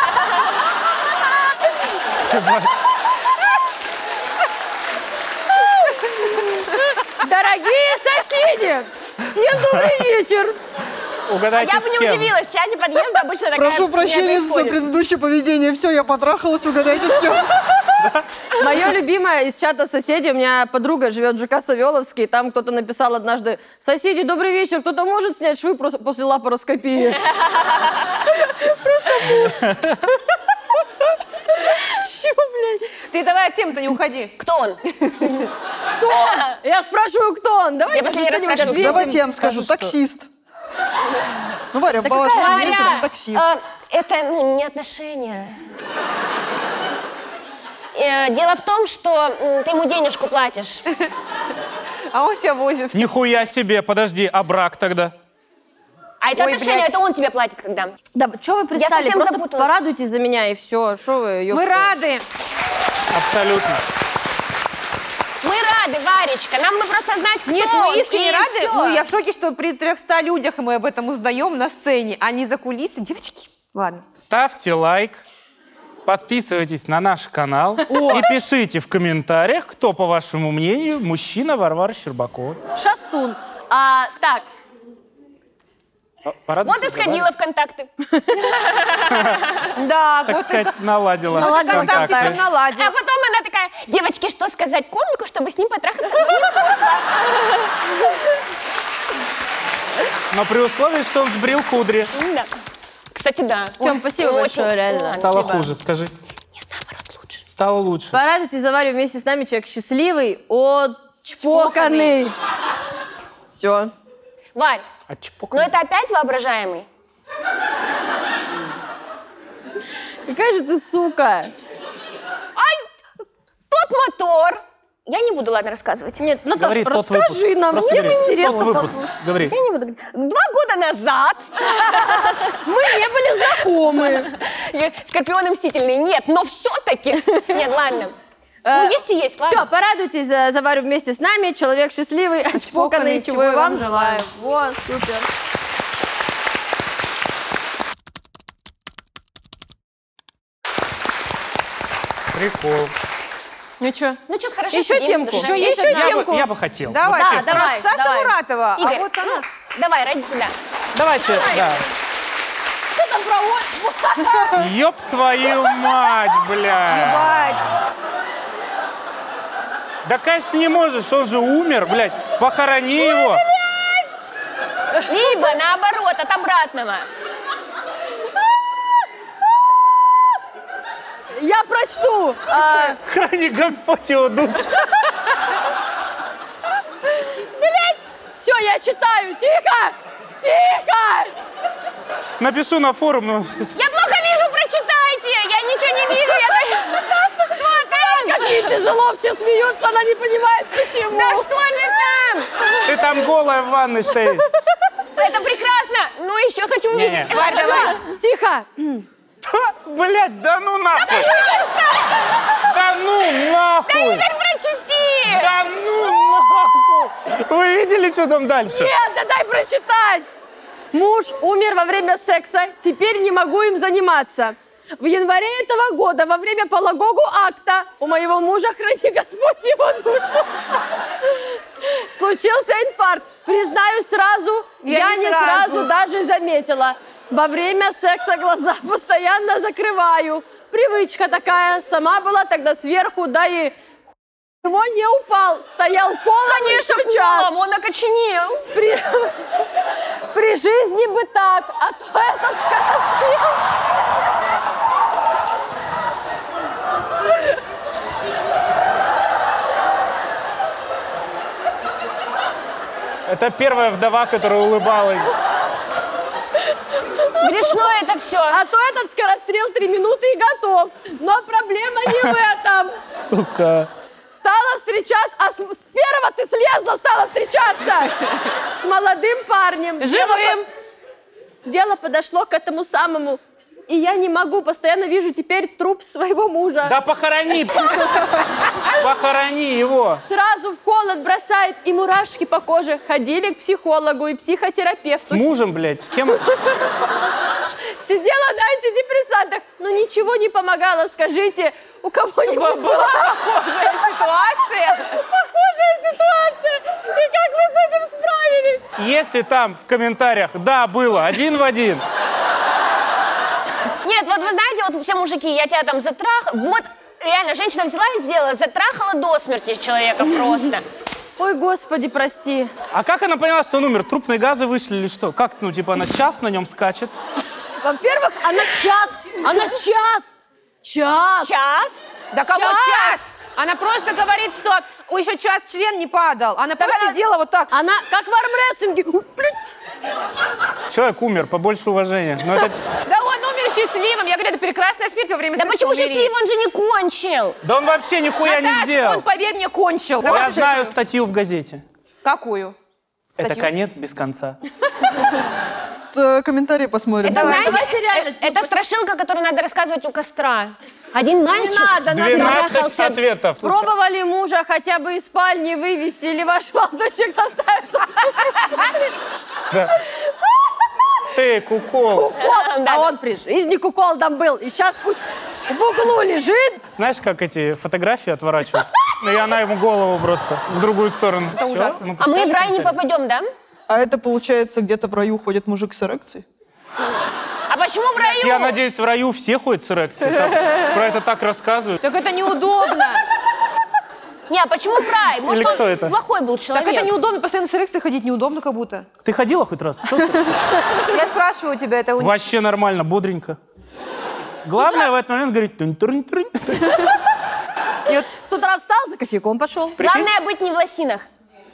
Дорогие соседи, всем добрый вечер. Угадайте, Я бы с не кем. удивилась, в чате подъезда обычно такая Прошу фигня прощения за происходит. предыдущее поведение. Все, я потрахалась, угадайте с кем. Мое любимое из чата соседей, у меня подруга живет в ЖК Савеловский, там кто-то написал однажды: соседи, добрый вечер, кто-то может снять швы после лапароскопии? Чего, блядь? Ты давай от темы-то не уходи. Кто он? Я спрашиваю, кто он? Давайте Я последний раз что-нибудь спрашиваю, ответим. Давайте я вам скажу. Таксист. Ну, Варя, Балашова есть, Варя, это таксист. это не отношения. Дело в том, что ты ему денежку платишь. А он тебя возит. Нихуя себе, подожди, а брак тогда? А это Ой, отношения, блядь. это он тебе платит когда. Да, что вы пристали? совсем Просто запуталась. порадуйтесь за меня и все. Что вы, Мы ёпта? рады. Абсолютно. Мы рады, Варечка, нам бы просто знать, кто Нет, он, мы искренне и рады. всё. Ну, я в шоке, что при 300 людях мы об этом узнаем на сцене, а не за кулисы. Девочки, ладно. Ставьте лайк, подписывайтесь на наш канал и пишите в комментариях, кто, по вашему мнению, мужчина Варвары Щербаковой. Шастун. Так, Вот и сходила в контакты. Да, Так вот сказать, наладила контакты контакты. прям наладил. А потом она такая: девочки, что сказать комику, чтобы с ним потрахаться? Но при условии, что он сбрил кудри. Да. Кстати, да. Тём, спасибо Очень. большое, реально. Стало Спасибо. хуже, скажи. Нет, наоборот, лучше. Стало лучше. Порадуйтесь за Варю вместе с нами. Человек счастливый, отчпоканный. Все. Варь, А чпок. но это опять воображаемый? Какая же ты сука. Тот мотор. Я не буду, ладно, рассказывать. Нет, Наташа, Говори тот расскажи выпуск. нам. Просто Всем говори. интересно Тот выпуск. послушать. Говори. Я не буду говорить. 2 года назад Мы не были знакомы. Скорпион и Мстительный. Нет, но все-таки. Нет, ладно. Ну, есть и есть, ладно. Все, порадуйтесь за Варю вместе с нами. Человек счастливый, отчпоканный, чего и вам желаю. Вот, супер. Прикол. Ну что? Ну что, хорошо. Еще сидим, темку. дружим. Еще темку. Я бы хотел. Давай, Да, честно. давай, Саша давай. Муратова, Игорь, а вот она. ну, давай, ради тебя. Давайте, да. Что там про Ёб твою мать, бля. Ебать. Да, конечно, не можешь, он же умер, блядь. Похорони его. Либо наоборот, от обратного. Я прочту. Храни Господь его душу. Все, я читаю. Тихо! Тихо! Напишу на форум, но... Я плохо вижу, прочитайте. Я ничего не вижу. Наташа, что там? Как ей тяжело, все смеются, она не понимает, почему. Да что же там? Ты там голая в ванной стоишь. Это прекрасно. Ну, еще хочу Не-не. увидеть. Варь, давай. Тихо! Блядь, да ну нахуй. Да ну нахуй. Теперь прочти. Да ну нахуй. Вы видели, что там дальше? Нет, да дай прочитать! Муж умер во время секса, теперь не могу им заниматься. В январе этого года, во время полового акта, у моего мужа, храни Господь его душу, случился инфаркт. Признаюсь сразу, я не сразу даже заметила. Во время секса глаза постоянно закрываю. Привычка такая, сама была тогда сверху, да и его не упал, стоял колом. Конечно, сейчас. колом, он окоченел. При жизни бы так, а то этот скорострел. Это первая вдова, которая улыбалась. Грешно это все. А то этот скорострел 3 минуты и готов. Но проблема не в этом. Сука. Стала встречаться, а с первого ты слезла, стала встречаться с молодым парнем. Живым. Дело подошло к этому самому. И я не могу, постоянно вижу теперь труп своего мужа. Да похорони. Похорони его. Сразу в холод бросает, и мурашки по коже. Ходили к психологу и психотерапевту. С мужем, блядь, с кем? Сидела на антидепрессантах, но ничего не помогало. Скажите, у кого-нибудь была Похожая ситуация. похожая ситуация? И как вы с этим справились? Если там в комментариях «да, было», 1 в 1. Нет, вот вы знаете, вот все мужики, я тебя там вот реально, женщина взяла и сделала, затрахала до смерти человека просто. Ой, Господи, прости. А как она поняла, что он умер? Трупные газы вышли или что? Как, ну, типа, она час на нем скачет? Во-первых, она час. Час? Да кого час? Она просто говорит, что еще час член не падал. Она просто сидела вот так. Она как в армрестлинге. Человек умер, побольше уважения. Но это... Да он умер счастливым. Я говорю, это прекрасная смерть во время Да секса. почему умереть. счастливый, он же не кончил. Да он вообще нихуя не Наташ, сделал. он, поверь мне, кончил. Я знаю статью в газете. Какую? Это Статью? конец без конца. Комментарии посмотрим. Это, знаете, давайте реально. это страшилка, которую надо рассказывать у костра. Один мальчик надо, надо. 12 трахался. ответов. Пробовали мужа хотя бы из спальни вывести или ваш молодочек заставить, чтобы Да. Ты, кукол. кукол. А он при жизни куколдом был. И сейчас пусть в углу лежит. Знаешь, как эти фотографии отворачивают? И она ему голову просто в другую сторону. Это Всё? ужасно. Ну, А мы в рай не представьте, попадем, да? А это, получается, где-то в раю ходит мужик с эрекцией? А почему в раю? Я надеюсь, в раю все ходят с эрекцией. Там про это так рассказывают. Так это неудобно. Не, а почему в рай? Может, Или кто он это? плохой был Так человек? это неудобно, постоянно с эрекцией ходить неудобно как будто. Ты ходила хоть раз? Что ты? Я спрашиваю тебя, это Вообще нормально, бодренько. Главное в этот момент говорить... «Тунь-турнь-турнь». С утра встал, за кофейком пошел. Главное быть не в лосинах.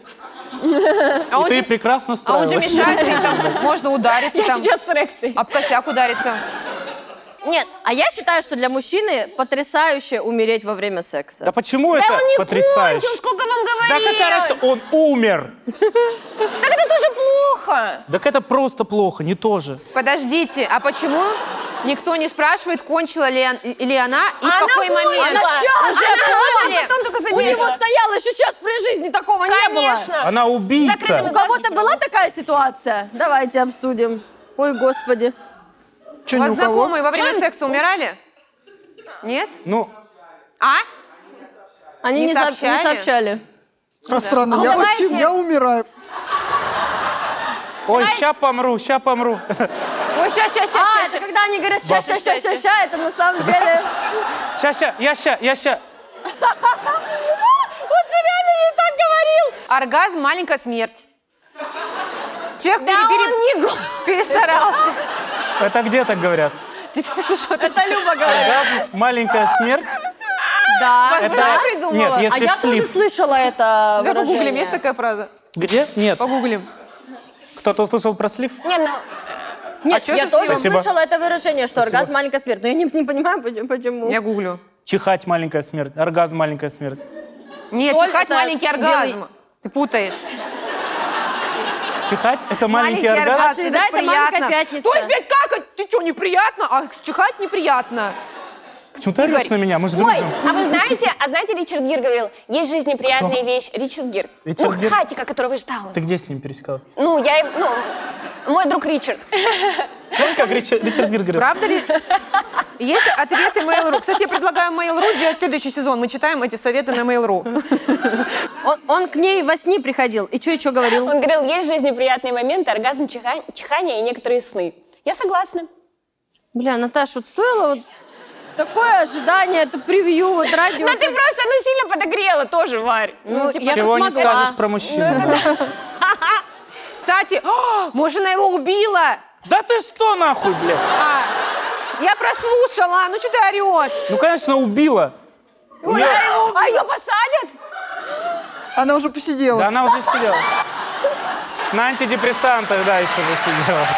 А он Ты же, прекрасно а он же справилась. мешается, и там можно удариться, Я там, сейчас с эрекцией. об косяк удариться. Нет, а я считаю, что для мужчины потрясающе умереть во время секса. Да почему Да это он не потрясающе? кончил, сколько вам Да говорил. какая разница? Он умер. Так это тоже плохо. Так это просто плохо, не то же. Подождите, а почему никто не спрашивает, кончила ли она и в Она какой момент? поняла. Уже после? Потом только У него заметила. стояло еще час при жизни, такого не было. Конечно. Она убийца. Закрытыми У кого-то была такая ситуация? Давайте обсудим. Ой, господи. Че, У ни вас у кого? знакомые во время секса умирали? Нет? Ну, А? Они Не не сообщали? сообщали. А странно, А я, давайте. я умираю. ой, ща помру, ща помру. Ой, сейчас. А, это когда они говорят ща, это на самом деле... Ща, я ща. Он же реально ей так говорил. Оргазм, маленькая смерть. Человек Да он не перестарался. Это где так говорят? Ты слышал? Это Люба говорит. Оргазм, маленькая смерть. Да. Возможно, я придумала. Нет, А если я в тоже слив. слышала это Да погуглим, выражение. есть такая фраза? Где? Нет. Погуглим. Кто-то услышал про слив? Не, ну, Нет, чё я за тоже слив? Спасибо. слышала это выражение, что оргазм маленькая смерть. Но я не понимаю, почему. Я гуглю. Чихать маленькая смерть. Оргазм маленькая смерть. Нет, Соль чихать это маленький оргазм. белый- Ты путаешь. Чихать это маленький оргазм. оргазм. Среда ж это маленькая приятно. пятница. То есть, блядь, как? Ты что, неприятно? А чихать неприятно. Почему ты орешь Игорь. на меня? Мы же ой, дружим. а вы знаете, Ричард Гир говорил, есть в жизни приятная вещь. Ричард Гир. Ричард Гир? Хатика, которого ждал. Ты где с ним пересекался? Ну, мой друг Ричард. Знаешь, как Ричард Гир говорит? Правда ли? Есть ответы Mail.ru. Кстати, я предлагаю Mail.ru делать следующий сезон. Мы читаем эти советы на Mail.ru. Он к ней во сне приходил. И что говорил? Он говорил, есть в жизни приятные моменты, оргазм, чихание и некоторые сны. Я согласна. Бля, Наташ, вот стоило вот такое ожидание, это превью, вот ради... Но вот ты просто, сильно подогрела тоже, Варь. Ну, я Чего как не могла. скажешь про мужчину. Кстати, может, она его убила? Да ты что нахуй, блядь? Я прослушала. Ну, что ты орешь? Ну, конечно, убила. У неё- А ее посадят? Она уже посидела. Да она уже сидела. На антидепрессантах, да, еще же сидела.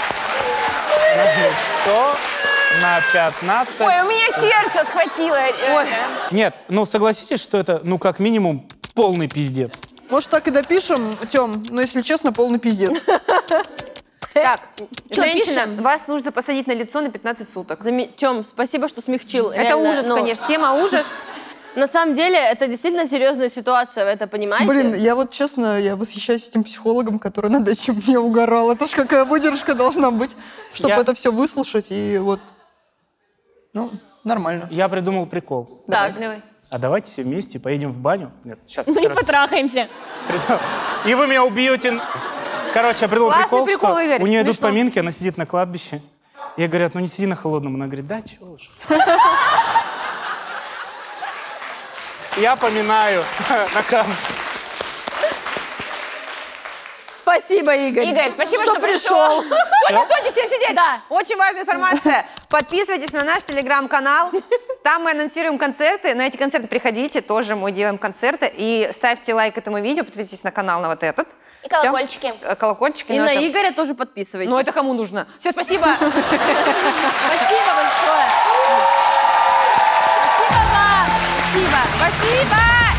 На 100, на 15. Ой, у меня сердце схватило. Нет, ну согласитесь, что это, ну, как минимум, полный пиздец. Может, так и допишем, Тём, но, если честно, полный пиздец. Так, Чё, женщина, пишем? вас нужно посадить на лицо на 15 суток. Тём, спасибо, что смягчил. Это Реально, ужас, ну, конечно. Тема ужас. На самом деле, это действительно серьезная ситуация, вы это понимаете? Блин, я вот честно, я восхищаюсь этим психологом, который над этим не угорал. Это ж какая выдержка должна быть, чтобы Я- это все выслушать и вот... Ну, нормально. Я придумал прикол. Так, Давай. А давайте все вместе поедем в баню. Нет, сейчас. Мы не потрахаемся. И вы меня убьете. Короче, я придумал Классный прикол, прикол, что Игорь, у нее идут смешно. поминки, она сидит на кладбище. Ей говорят, ну не сиди на холодном. Она говорит, да, чего уж. Я поминаю на камне. Спасибо, Игорь. Игорь, спасибо, что пришел. Стойте, всем сидеть! Да. Очень важная информация. Подписывайтесь на наш телеграм-канал. Там мы анонсируем концерты. На эти концерты приходите, тоже мы делаем концерты. И ставьте лайк этому видео, подписывайтесь на канал на вот этот. И колокольчики. Всё. Колокольчики. И ну на это- Игоря тоже подписывайтесь. Ну это кому нужно? Все, спасибо. Спасибо большое. Спасибо вам. Спасибо. Спасибо.